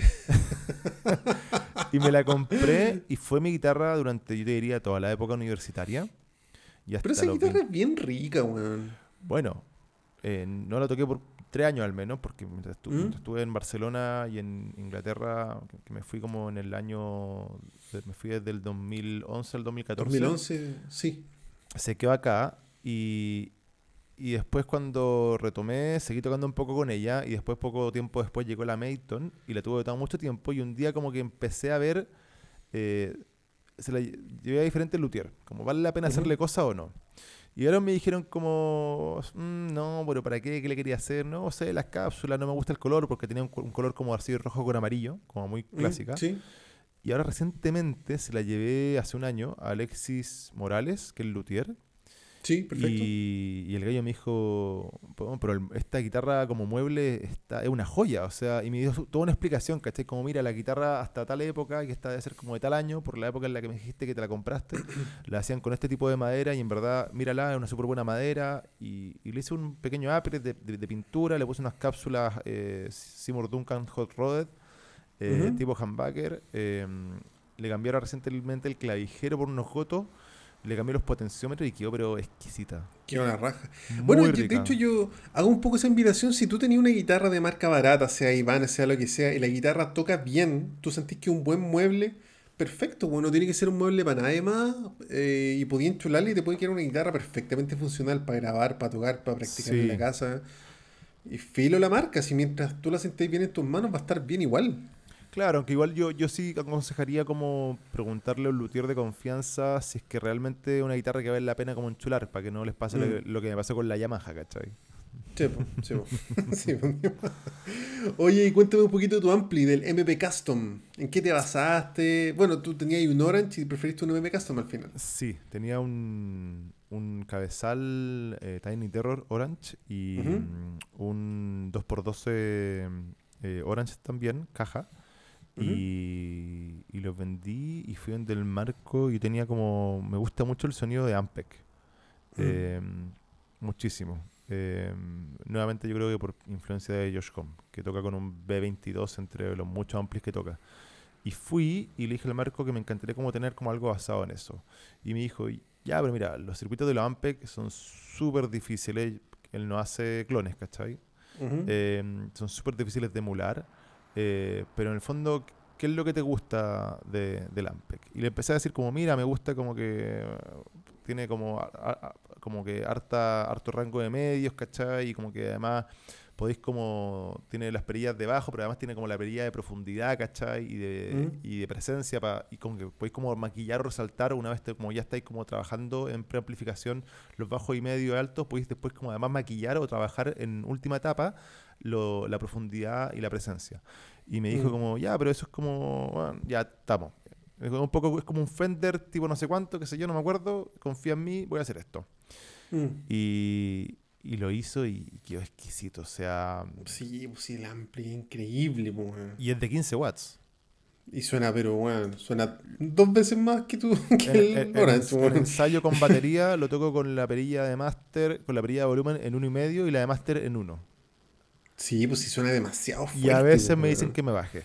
S2: Y me la compré y fue mi guitarra durante, yo te diría, toda la época universitaria. Y
S1: Pero
S2: hasta
S1: esa
S2: los
S1: guitarra
S2: 20.
S1: es bien rica, weón.
S2: Bueno, no la toqué por 3 años al menos, porque
S1: ¿Mm?
S2: mientras estuve en Barcelona y en Inglaterra, que me fui como en el año, me fui desde el 2011 al 2014,
S1: 2011, sí.
S2: se quedó acá y después cuando retomé, seguí tocando un poco con ella y después poco tiempo después llegó la Maton y la tuve tocando mucho tiempo y un día como que empecé a ver, eh, se la llevé a diferentes luthier, como vale la pena
S1: Ujú.
S2: hacerle cosas o no. Y ahora me dijeron como, no, pero ¿para qué? ¿Qué le quería hacer? No sé, las cápsulas, no me gusta el color porque tenía un color como así rojo con amarillo, como muy clásica.
S1: Sí,
S2: Y ahora recientemente se la llevé hace un año a Alexis Morales, que es el luthier,
S1: sí, perfecto.
S2: y el gallo me dijo, pero esta guitarra como mueble es una joya, o sea, y me dio toda una explicación, ¿cachai? Como mira, la guitarra hasta tal época, que esta debe ser como de tal año, por la época en la que me dijiste que te la compraste, la hacían con este tipo de madera y en verdad, mírala, es una súper buena madera, y le hice un pequeño upgrade de pintura, le puse unas cápsulas Seymour Duncan Hot Rodded,
S1: Ujú.
S2: tipo humbucker, le cambiaron recientemente el clavijero por unos gotos, le cambié los potenciómetros y quedó pero exquisita.
S1: Qué una raja. Bueno,
S2: Muy
S1: de hecho
S2: rica.
S1: yo hago un poco esa invitación. Si tú tenías una guitarra de marca barata, sea Ibanez, sea lo que sea, y la guitarra toca bien, tú sentís que un buen mueble, perfecto, bueno, tiene que ser un mueble para nadie más, y podías enchularle y te puede quedar una guitarra perfectamente funcional para grabar, para tocar, para practicar en la
S2: Sí.
S1: casa. Y filo la marca, si mientras tú la sentís bien en tus manos va a estar bien igual.
S2: Claro, aunque igual yo sí aconsejaría como preguntarle a un luthier de confianza si es que realmente es una guitarra que vale la pena como enchular, para que no les pase
S1: Mm.
S2: lo que me pasó con la Yamaha, ¿cachai?
S1: Sí, po, sí, po. Sí, po. Oye, y cuéntame un poquito de tu ampli del MP Custom. ¿En qué te basaste? Bueno, tú tenías ahí un Orange y preferiste un MP Custom al final.
S2: Sí, tenía un cabezal Tiny Terror Orange y
S1: Ujú,
S2: un 2x12 Orange también, caja.
S1: ujú,
S2: Y los vendí y fui donde el Marco. Yo tenía como. Me gusta mucho el sonido de Ampeg.
S1: mm,
S2: eh, Muchísimo. Nuevamente, yo creo que por influencia de Josh Homme, que toca con un B22 entre los muchos amplis que toca. Y fui y le dije al Marco que me encantaría como tener como algo basado en eso. Y me dijo, ya, pero mira, los circuitos de los Ampeg son súper difíciles. Él no hace clones, ¿cachai?
S1: ujú,
S2: Son súper difíciles de emular, pero en el fondo, ¿qué es lo que te gusta del Ampeg? Y le empecé a decir como, mira, me gusta como que tiene como, como que harto rango de medios, ¿cachai? Y como que además podéis como, tiene las perillas de bajo, pero además tiene como la perilla de profundidad, ¿cachai?
S1: ujú,
S2: Y de presencia, y como que podéis como maquillar o resaltar una vez como ya estáis como trabajando en preamplificación los bajos y medios y altos, podéis después como además maquillar o trabajar en última etapa la profundidad y la presencia. Y me dijo
S1: mm,
S2: como, ya, pero eso es como, bueno, ya estamos. Un poco es como un Fender tipo no sé cuánto, qué sé yo, no me acuerdo, confía en mí, voy a hacer esto.
S1: mm.
S2: Y lo hizo y quedó exquisito, o sea,
S1: Sí, pues sí, el ampli es increíble, pues, weón.
S2: y es de 15 watts.
S1: Y suena, pero bueno, suena 2 veces más que tú, que el Orange,
S2: En
S1: weón.
S2: ensayo con batería lo toco con la perilla de máster, con la perilla de volumen en 1,5 y la de máster en 1.
S1: Sí, pues sí suena demasiado
S2: Y a
S1: fuerte, pues,
S2: veces me dicen
S1: weón.
S2: que me baje.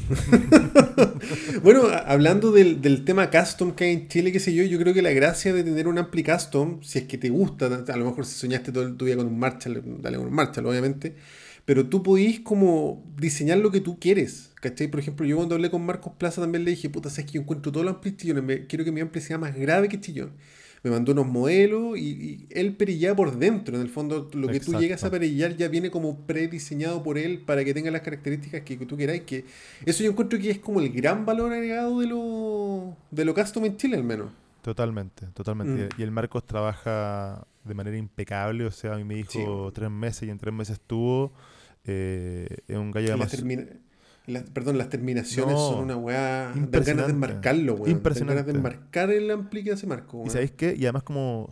S1: Bueno, hablando del tema custom que hay en Chile, qué sé yo, yo creo que la gracia de tener un ampli custom, si es que te gusta, a lo mejor si soñaste todo tu vida con un Marshall, dale con un Marshall, obviamente, pero tú podís como diseñar lo que tú quieres, ¿cachai? Por ejemplo, yo cuando hablé con Marcos Plaza también le dije, puta, sabes que yo encuentro todos los amplis chillones, quiero que mi ampli sea más grave que chillón. Me mandó unos modelos y él perillaba por dentro. En el fondo, lo que tú llegas a
S2: Exacto.
S1: perillar ya viene como prediseñado por él para que tenga las características que tú queráis. Que eso yo encuentro que es como el gran valor agregado de lo custom en Chile, al menos.
S2: Totalmente,
S1: Mm,
S2: totalmente. Y el Marcos trabaja de manera impecable, o sea, a mí me
S1: sí,
S2: dijo 3 meses y en 3 meses estuvo. Es un gallo
S1: y las,
S2: además.
S1: perdón, las terminaciones son
S2: No,
S1: una weá. Dan ganas de
S2: impresionante,
S1: enmarcarlo, weón. Dan ganas de
S2: impresionante.
S1: enmarcar el ampli que hace Marco,
S2: ¿Y
S1: weón.
S2: sabéis qué? Y además como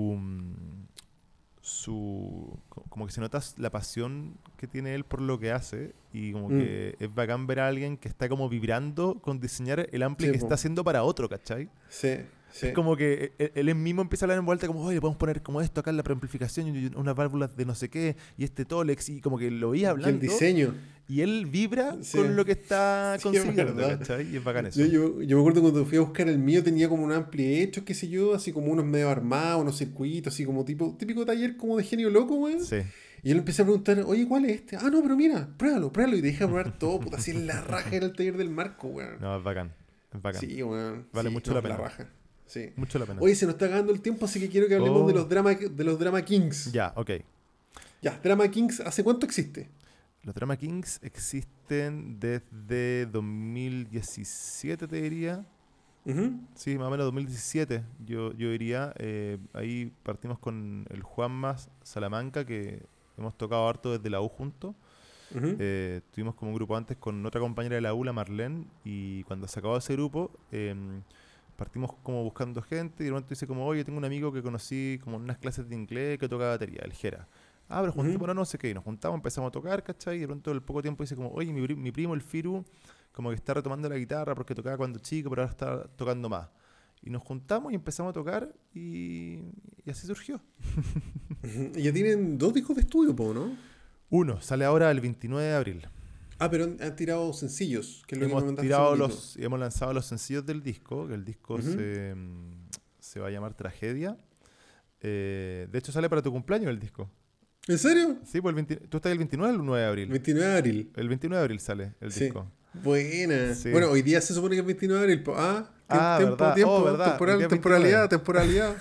S2: como que se nota la pasión que tiene él por lo que hace y como
S1: Mm,
S2: que es bacán ver a alguien que está como vibrando con diseñar el ampli
S1: sí,
S2: que está
S1: po.
S2: haciendo para otro, ¿cachai?
S1: Sí,
S2: Es
S1: sí.
S2: como que él mismo empieza a hablar en vuelta como, oye, le podemos poner como esto acá en la preamplificación y unas válvulas de no sé qué y este Tolex y como que lo veía
S1: Y el
S2: hablando
S1: diseño.
S2: y él vibra
S1: Sí,
S2: con lo que está
S1: sí, es
S2: consiguiendo,
S1: verdad.
S2: ¿cachai? Y es bacán
S1: Yo,
S2: eso.
S1: yo, yo me acuerdo cuando fui a buscar el mío, tenía como un ampli hecho, qué sé yo, así como unos medio armados, unos circuitos, así como típico taller como de genio loco, weón.
S2: Sí.
S1: Y yo le empecé a preguntar, oye, ¿cuál es este? Ah, no, pero mira, pruébalo. Y te dejé probar todo, puta, así en la raja era el taller del Marco, weón.
S2: No, es bacán. Es bacán.
S1: Sí, weón,
S2: Vale
S1: sí,
S2: mucho
S1: no,
S2: la
S1: la
S2: pena.
S1: raja. Sí.
S2: Mucho la pena.
S1: Oye, se nos está acabando el tiempo, así que quiero que hablemos de
S2: Oh,
S1: los drama Kings.
S2: ya, ok.
S1: Ya, Drama Kings, ¿hace cuánto existe?
S2: Los Drama Kings existen desde 2017, te diría.
S1: Ujú,
S2: Sí, más o menos 2017, yo diría. Ahí partimos con el Juanmas Salamanca, que hemos tocado harto desde la U juntos.
S1: ujú.
S2: Tuvimos como un grupo antes con otra compañera de la U, la Marlene, y cuando se acabó ese grupo, partimos como buscando gente y de repente dice como, oye, tengo un amigo que conocí como en unas clases de inglés que toca batería, el Jera. Ah, pero
S1: Ujú.
S2: juntémonos, no sé qué, y nos juntamos, empezamos a tocar, ¿cachai? Y de pronto al poco tiempo dice como, oye, mi primo, el Firu, como que está retomando la guitarra porque tocaba cuando chico, pero ahora está tocando más. Y nos juntamos y empezamos a tocar y así surgió.
S1: Ujú. Y ya tienen 2 discos de estudio, po, ¿no?
S2: Uno, sale ahora el 29 de abril.
S1: Ah, pero han tirado sencillos, que es lo que me mandaste hace poquito.
S2: Hemos lanzado los sencillos del disco, que el disco
S1: Ujú.
S2: se va a llamar Tragedia. De hecho sale para tu cumpleaños el disco.
S1: ¿En serio?
S2: Sí, pues tú estás el 29 o el 9 de abril.
S1: 29 de abril.
S2: El 29 de abril sale el
S1: Sí.
S2: disco.
S1: Buena.
S2: Sí.
S1: Bueno, hoy día se supone que es 29 de abril, po. Ah,
S2: Ah,
S1: tiempo,
S2: verdad. Oh,
S1: tiempo,
S2: verdad. Hoy día es 29.
S1: temporalidad.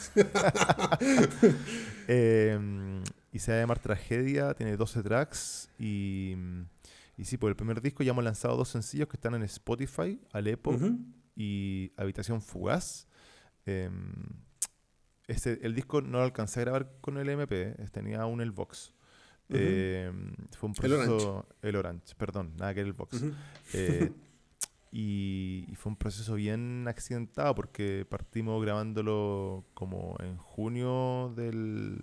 S2: Eh, y se va a llamar Tragedia, tiene 12 tracks Y sí, por el primer disco ya hemos lanzado 2 sencillos que están en Spotify, Alepo
S1: Ujú,
S2: y Habitación Fugaz. Em, el disco no lo alcancé a grabar con el MP, tenía aún el Vox.
S1: ujú.
S2: Fue un
S1: El Orange.
S2: proceso, el Orange, perdón, nada que el Vox.
S1: Ujú.
S2: Eh, y fue un proceso bien accidentado porque partimos grabándolo como en junio del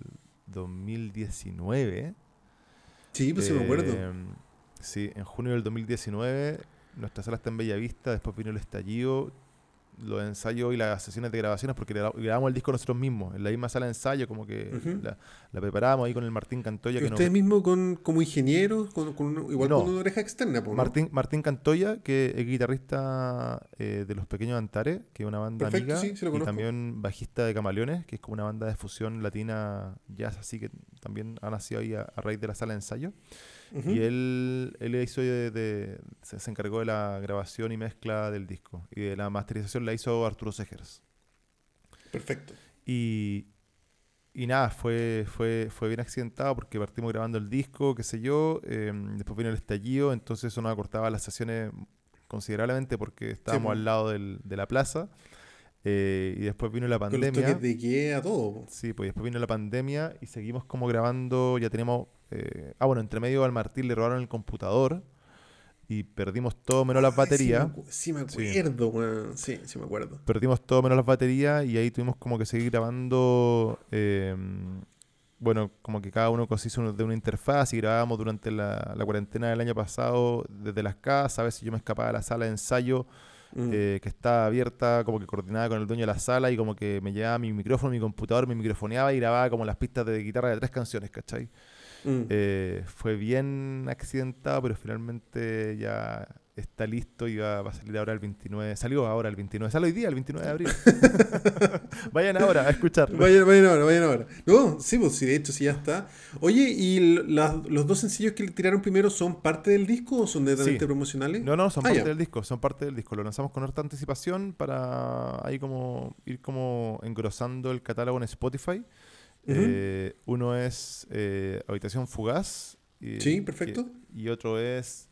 S2: 2019.
S1: Sí, pues sí me acuerdo.
S2: Eh, sí, en junio del 2019 nuestra sala está en Bellavista, después vino el estallido, los ensayos y las sesiones de grabaciones, porque grabamos el disco nosotros mismos, en la misma sala de ensayo, como que
S1: Ujú.
S2: la preparábamos ahí con el Martín Cantoya
S1: Y
S2: que nos...
S1: ustedes mismos como ingenieros, igual con
S2: No,
S1: una oreja externa, pues, ¿no?
S2: Martín Cantoya, que es guitarrista de Los Pequeños Antares, que es una banda
S1: Perfecto,
S2: amiga,
S1: sí, sí lo
S2: y
S1: conozco.
S2: también bajista de Camaleones, que es como una banda de fusión latina jazz, así que también ha nacido ahí a raíz de la sala de ensayo. Y
S1: Ujú.
S2: él hizo se encargó de la grabación y mezcla del disco. Y de la masterización la hizo Arturo Segers.
S1: Perfecto.
S2: Y, y nada, fue bien accidentado porque partimos grabando el disco, qué sé yo. Después vino el estallido, entonces eso nos acortaba las sesiones considerablemente porque
S1: Sí,
S2: estábamos
S1: pues.
S2: al lado de la plaza. Y después vino la
S1: Con los toques
S2: pandemia.
S1: de queda, todo, po.
S2: Sí, pues después vino la pandemia y seguimos como grabando. Ya teníamos. Bueno, entre medio al Martín le robaron el computador y perdimos todo menos las
S1: Ay,
S2: baterías.
S1: sí me
S2: Sí,
S1: acuerdo, weón. Sí, sí me acuerdo.
S2: perdimos todo menos las baterías y ahí tuvimos como que seguir grabando. Bueno, como que cada uno se hizo de una interfaz y grabábamos durante la cuarentena del año pasado desde las casas. A veces yo me escapaba de la sala de ensayo
S1: Mm,
S2: que estaba abierta, como que coordinada con el dueño de la sala y como que me llevaba mi micrófono, mi computador, me microfoneaba y grababa como las pistas de guitarra de 3 canciones, ¿cachai?
S1: mm.
S2: Fue bien accidentado, pero finalmente ya está listo y va a salir ahora el 29. Salió ahora el 29. Sale hoy día, el 29 de abril. Vayan ahora a escucharlo.
S1: Vayan ahora, vayan ahora. No, sí, pues sí, de hecho, sí ya está. Oye, ¿y los dos sencillos que tiraron primero son parte del disco o son
S2: Sí.
S1: netamente promocionales?
S2: No, no, son
S1: Ah,
S2: parte
S1: ya.
S2: del disco, son parte del disco. Lo lanzamos con harta anticipación para ahí como ir como engrosando el catálogo en Spotify.
S1: Ujú.
S2: Uno es Habitación Fugaz
S1: Sí, perfecto.
S2: y otro es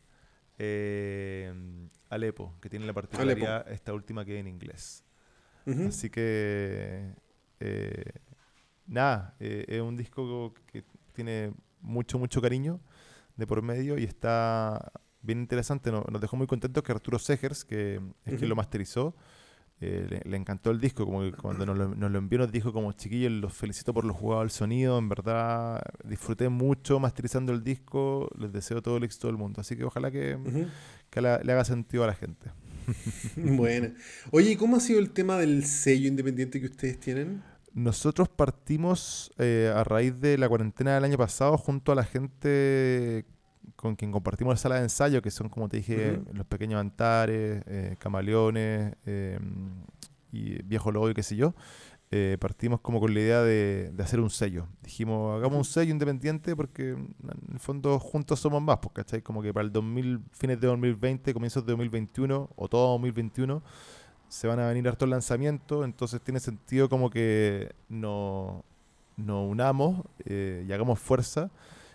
S2: eh, Alepo, que tiene la
S1: Alepo.
S2: particularidad esta última que es en inglés.
S1: Ujú.
S2: Así que eh, nada, es un disco que tiene mucho, mucho cariño de por medio y está bien interesante. Nos dejó muy contentos que Arturo Segers, que es quien lo
S1: Ujú.
S2: masterizó, le encantó el disco, como que cuando nos lo envió nos dijo como chiquillos, los felicito por lo jugado al sonido, en verdad disfruté mucho masterizando el disco, les deseo todo el éxito del mundo, así que ojalá
S1: Ujú.
S2: que le haga sentido a la gente.
S1: Bueno. Oye, ¿y cómo ha sido el tema del sello independiente que ustedes tienen?
S2: Nosotros partimos a raíz de la cuarentena del año pasado junto a la gente con quien compartimos la sala de ensayo, que son, como te dije,
S1: Ujú.
S2: los pequeños Antares, Camaleones y Viejo Lobo y qué sé yo. Partimos como con la idea de hacer un sello. Dijimos, hagamos un
S1: Ujú.
S2: sello independiente porque en el fondo juntos somos más, pues, ¿cachai? Como que para el 2000, fines de 2020, comienzos de 2021 o todo 2021 se van a venir hartos lanzamientos, entonces tiene sentido como que nos unamos y hagamos fuerza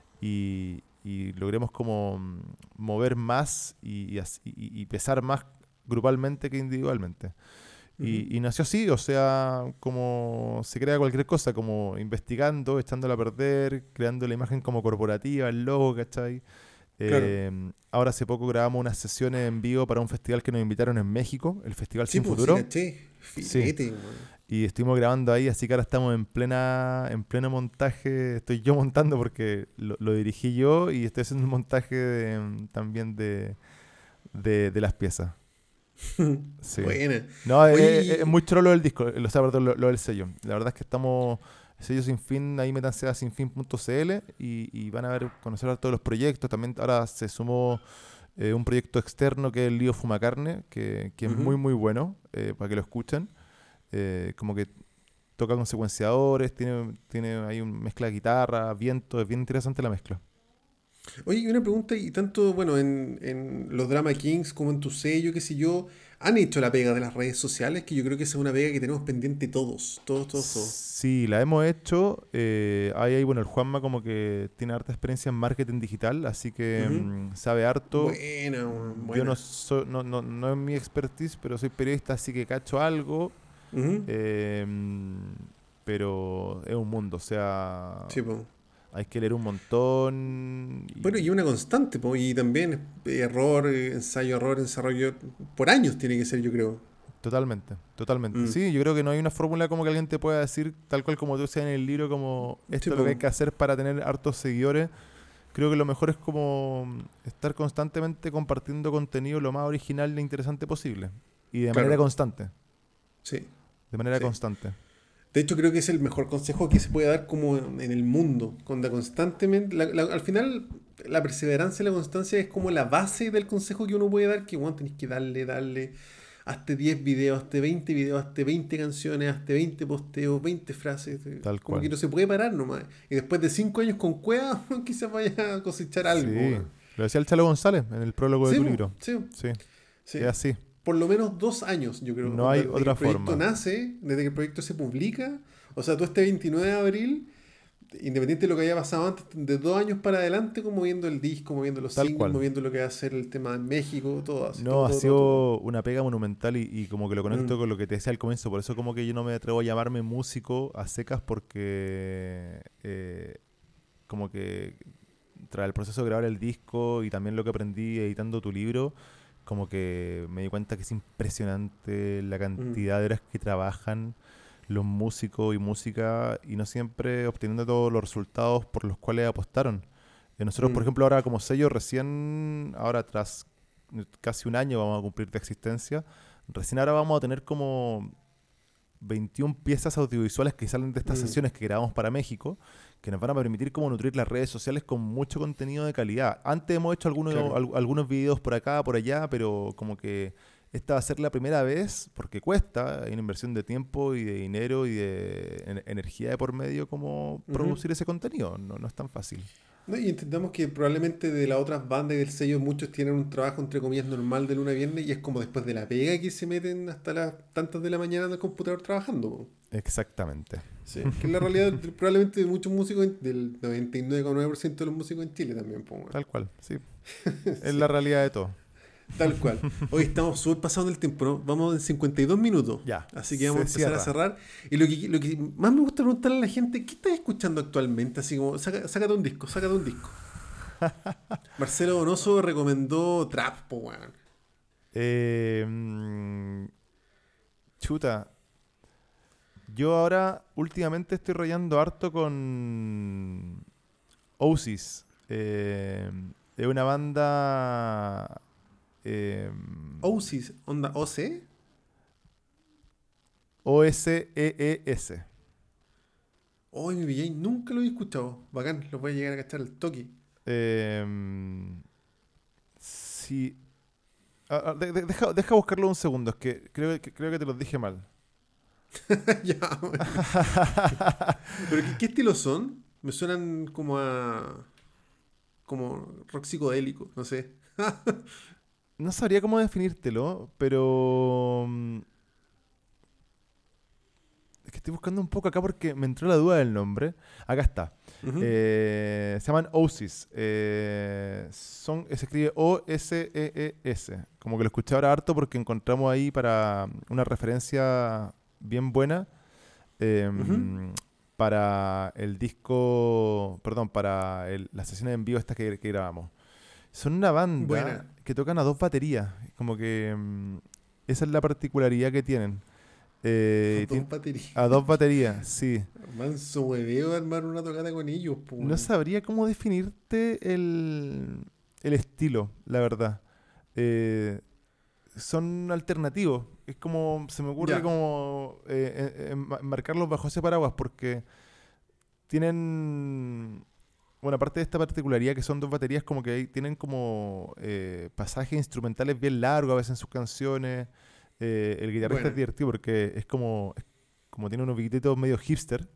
S2: y logremos como mover más y pesar más grupalmente que individualmente.
S1: Ujú.
S2: Y nació así, o sea, como se crea cualquier cosa, como investigando, echándola a perder, creando la imagen como corporativa, el logo, ¿cachai?
S1: Claro.
S2: Ahora hace poco grabamos unas sesiones en vivo para un festival que nos invitaron en México, el Festival
S1: Sí,
S2: Sin
S1: pues sí,
S2: Futuro.
S1: caché.
S2: Sí,
S1: Filete, weón.
S2: y estuvimos grabando ahí, así que ahora estamos en pleno montaje. Estoy yo montando porque lo dirigí yo y estoy haciendo un montaje también de las piezas. Sí.
S1: Buena.
S2: No,
S1: Oye,
S2: es muy choro lo del disco, o sea, perdón, lo del sello. La verdad es que estamos, sello sin fin, ahí métanse a sinfin.cl y van a ver, conocer a todos los proyectos. También ahora se sumó un proyecto externo que es el Lío Fumacarne, que es muy,
S1: ujú.
S2: muy bueno, para que lo escuchen. Como que toca con secuenciadores, tiene ahí una mezcla de guitarra, viento, es bien interesante la mezcla.
S1: Oye, y una pregunta, y tanto, bueno, en los Drama Kings como en tu sello, qué sé yo, han hecho la pega de las redes sociales, que yo creo que esa es una pega que tenemos pendiente todos, todos, todos, todos.
S2: Sí, la hemos hecho. Ahí, bueno, el Juanma como que tiene harta experiencia en marketing digital, así que
S1: Ujú.
S2: sabe harto.
S1: Buena, weón,
S2: Yo no,
S1: buena.
S2: no es mi expertise, pero soy periodista, así que cacho algo.
S1: Ujú.
S2: eh, pero es un mundo, o sea,
S1: Sí, po.
S2: hay que leer un montón.
S1: Bueno, y una constante, po, y también error, ensayo, error, desarrollo, por años tiene que ser, yo creo.
S2: Totalmente, totalmente.
S1: Mm.
S2: Sí, yo creo que no hay una fórmula como que alguien te pueda decir, tal cual como tú decías en el libro, como
S1: Sí,
S2: esto es lo que hay
S1: po.
S2: que hacer para tener hartos seguidores. Creo que lo mejor es como estar constantemente compartiendo contenido lo más original e interesante posible. Y de manera
S1: Claro,
S2: constante.
S1: sí,
S2: De manera
S1: sí.
S2: constante.
S1: De hecho, creo que es el mejor consejo que se puede dar como en el mundo, cuando constantemente, al final, la perseverancia y la constancia es como la base del consejo que uno puede dar, que bueno, tenés que darle, darle, hazte 10 videos, hazte 20 videos, hazte 20 canciones, hazte 20 posteos, 20 frases,
S2: Tal
S1: como que
S2: cual.
S1: no se puede parar nomás. Y después de 5 años con cueva, quizás vaya a cosechar algo,
S2: Sí.
S1: weón.
S2: Lo decía el Chalo González en el prólogo de
S1: Sí,
S2: tu
S1: po,
S2: libro.
S1: sí,
S2: Sí. Es
S1: sí.
S2: así.
S1: Por lo menos 2 años, yo creo.
S2: No
S1: Onda,
S2: hay
S1: desde que
S2: otra
S1: el proyecto
S2: forma.
S1: nace, desde que el proyecto se publica. O sea, tú este 29 de abril, independiente de lo que haya pasado antes, de 2 años para adelante, como moviendo el disco, moviendo los
S2: Tal
S1: singles,
S2: cual.
S1: moviendo lo que va a ser el tema en México, todo así,
S2: No,
S1: todo,
S2: ha
S1: todo, todo, todo.
S2: sido una pega monumental y como que lo
S1: Mm,
S2: conecto con lo que te decía al comienzo. Por eso como que yo no me atrevo a llamarme músico a secas porque como que tras el proceso de grabar el disco y también lo que aprendí editando tu libro, como que me di cuenta que es impresionante la
S1: mm,
S2: cantidad de horas que trabajan los músicos y música y no siempre obteniendo todos los resultados por los cuales apostaron. Nosotros, por
S1: mm,
S2: ejemplo, ahora como sello recién, ahora tras casi un año vamos a cumplir de existencia, recién ahora vamos a tener como 21 piezas audiovisuales que salen de estas
S1: mm,
S2: sesiones que grabamos para México, que nos van a permitir como nutrir las redes sociales con mucho contenido de calidad. Antes hemos hecho
S1: claro.
S2: algunos videos por acá, por allá, pero como que esta va a ser la primera vez, porque cuesta, hay una inversión de tiempo y de dinero y de energía de por medio como
S1: Ujú.
S2: producir ese contenido. No, no es tan fácil.
S1: No, y entendamos que probablemente de las otras bandas y del sello muchos tienen un trabajo entre comillas normal de lunes a viernes y es como después de la pega que se meten hasta las tantas de la mañana en el computador trabajando, po.
S2: Exactamente.
S1: Sí, que es la realidad probablemente de muchos músicos, del 99,9% de los músicos en Chile también, po, weón.
S2: Tal cual, sí. Es la
S1: Sí,
S2: realidad de todo.
S1: tal cual. Hoy estamos súper pasando el tiempo, ¿no? Vamos en 52 minutos.
S2: Ya,
S1: Así que vamos a
S2: se
S1: empezar a
S2: cierra.
S1: cerrar. Y lo que más me gusta preguntarle a la gente, ¿qué estás escuchando actualmente? Así como, sácate un disco, sácate un disco. Marcelo Donoso recomendó Trap, po, weón.
S2: Eh, mm, chuta, yo ahora últimamente estoy rayando harto con Oasis. Es una banda eh,
S1: Oasis, onda OC.
S2: OSEES.
S1: Hoy mi VJ nunca lo había escuchado. Bacán, lo voy a llegar a cachar al toque.
S2: Eh, sí. Deja buscarlo un segundo, es que creo que te los dije mal.
S1: Ya, weón. Pero ¿qué estilos son? Me suenan como rock psicodélico, no sé.
S2: No sabría cómo definírtelo, pero es que estoy buscando un poco acá porque me entró la duda del nombre. Acá está.
S1: Ujú.
S2: Se llaman Oasis. Se escribe O-S-E-E-S. Como que lo escuché ahora harto porque encontramos ahí para una referencia bien buena
S1: Ujú.
S2: em, para el disco, perdón, para las sesiones en vivo estas que grabamos. Son una banda
S1: Buena.
S2: que tocan a dos baterías. Como que esa es la particularidad que tienen.
S1: Las
S2: Eh,
S1: dos
S2: tien-
S1: baterías.
S2: a dos baterías, sí.
S1: Manso hueveo armar una tocata con ellos, pues,
S2: No
S1: weón.
S2: sabría cómo definirte el estilo, la verdad. Eh, Son alternativos. Es como, se me ocurre
S1: Ya,
S2: como marcarlos bajo ese paraguas porque tienen, bueno, aparte de esta particularidad que son dos baterías, como que tienen como pasajes instrumentales bien largos a veces en sus canciones. El guitarrista es
S1: buena.
S2: divertido porque es como como tiene unos bigotitos medio hipster.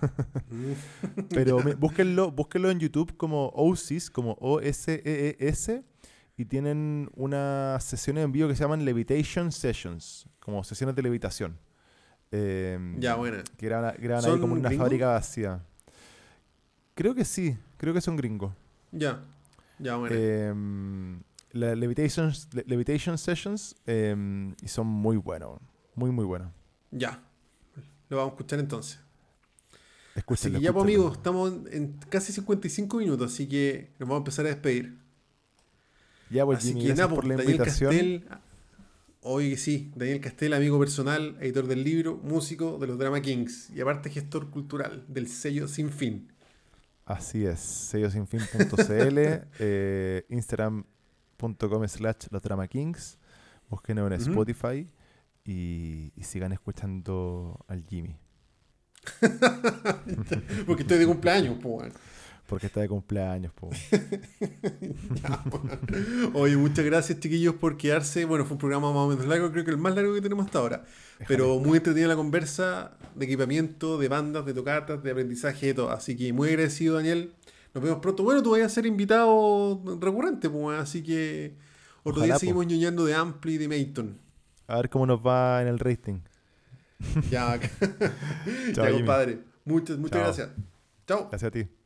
S2: Pero
S1: Ya.
S2: búsquenlo en YouTube como OSES, como OSEES, y tienen unas sesiones en vivo que se llaman Levitation Sessions, como sesiones de levitación.
S1: Ya, buena.
S2: Que graban ahí como en
S1: ¿Son
S2: una
S1: gringos?
S2: fábrica vacía. Creo que sí, creo que son gringos.
S1: Ya, ya, buena.
S2: La Levitation Sessions, y son muy buenos, muy muy buenos.
S1: Ya, lo vamos a escuchar entonces. Así
S2: Escúchenlo,
S1: que ya, pues
S2: escúchenlo.
S1: amigos, estamos en casi 55 minutos, así que nos vamos a empezar a despedir.
S2: Ya, pues
S1: Así
S2: Jimmy,
S1: que
S2: gracias
S1: nada,
S2: por
S1: pues,
S2: la
S1: Daniel
S2: invitación.
S1: Castel, hoy sí, Daniel Castel, amigo personal, editor del libro, músico de los Drama Kings y aparte gestor cultural del sello Sin Fin.
S2: Así es, sellosinfin.cl, instagram.com/losdramakings, búsquenos en
S1: Ujú.
S2: Spotify y sigan escuchando al Jimmy,
S1: Porque estoy de cumpleaños, pues, weón.
S2: porque está de cumpleaños, po.
S1: Ya, weón. Oye, muchas gracias, chiquillos, por quedarse. Bueno, fue un programa más o menos largo, creo que el más largo que tenemos hasta ahora.
S2: Déjale.
S1: Pero muy entretenida la conversa de equipamiento, de bandas, de tocatas, de aprendizaje, de todo. Así que muy agradecido, Daniel. Nos vemos pronto. Bueno, tú vas a ser invitado recurrente, pues, weón. Así que otro día
S2: Ojalá, po.
S1: seguimos ñoñando de Ampli y de Mayton.
S2: A ver cómo nos va en el rating.
S1: Ya,
S2: Chao,
S1: ya,
S2: Jimmy.
S1: compadre. Muchas
S2: Chao.
S1: gracias. Chao.
S2: Gracias a ti.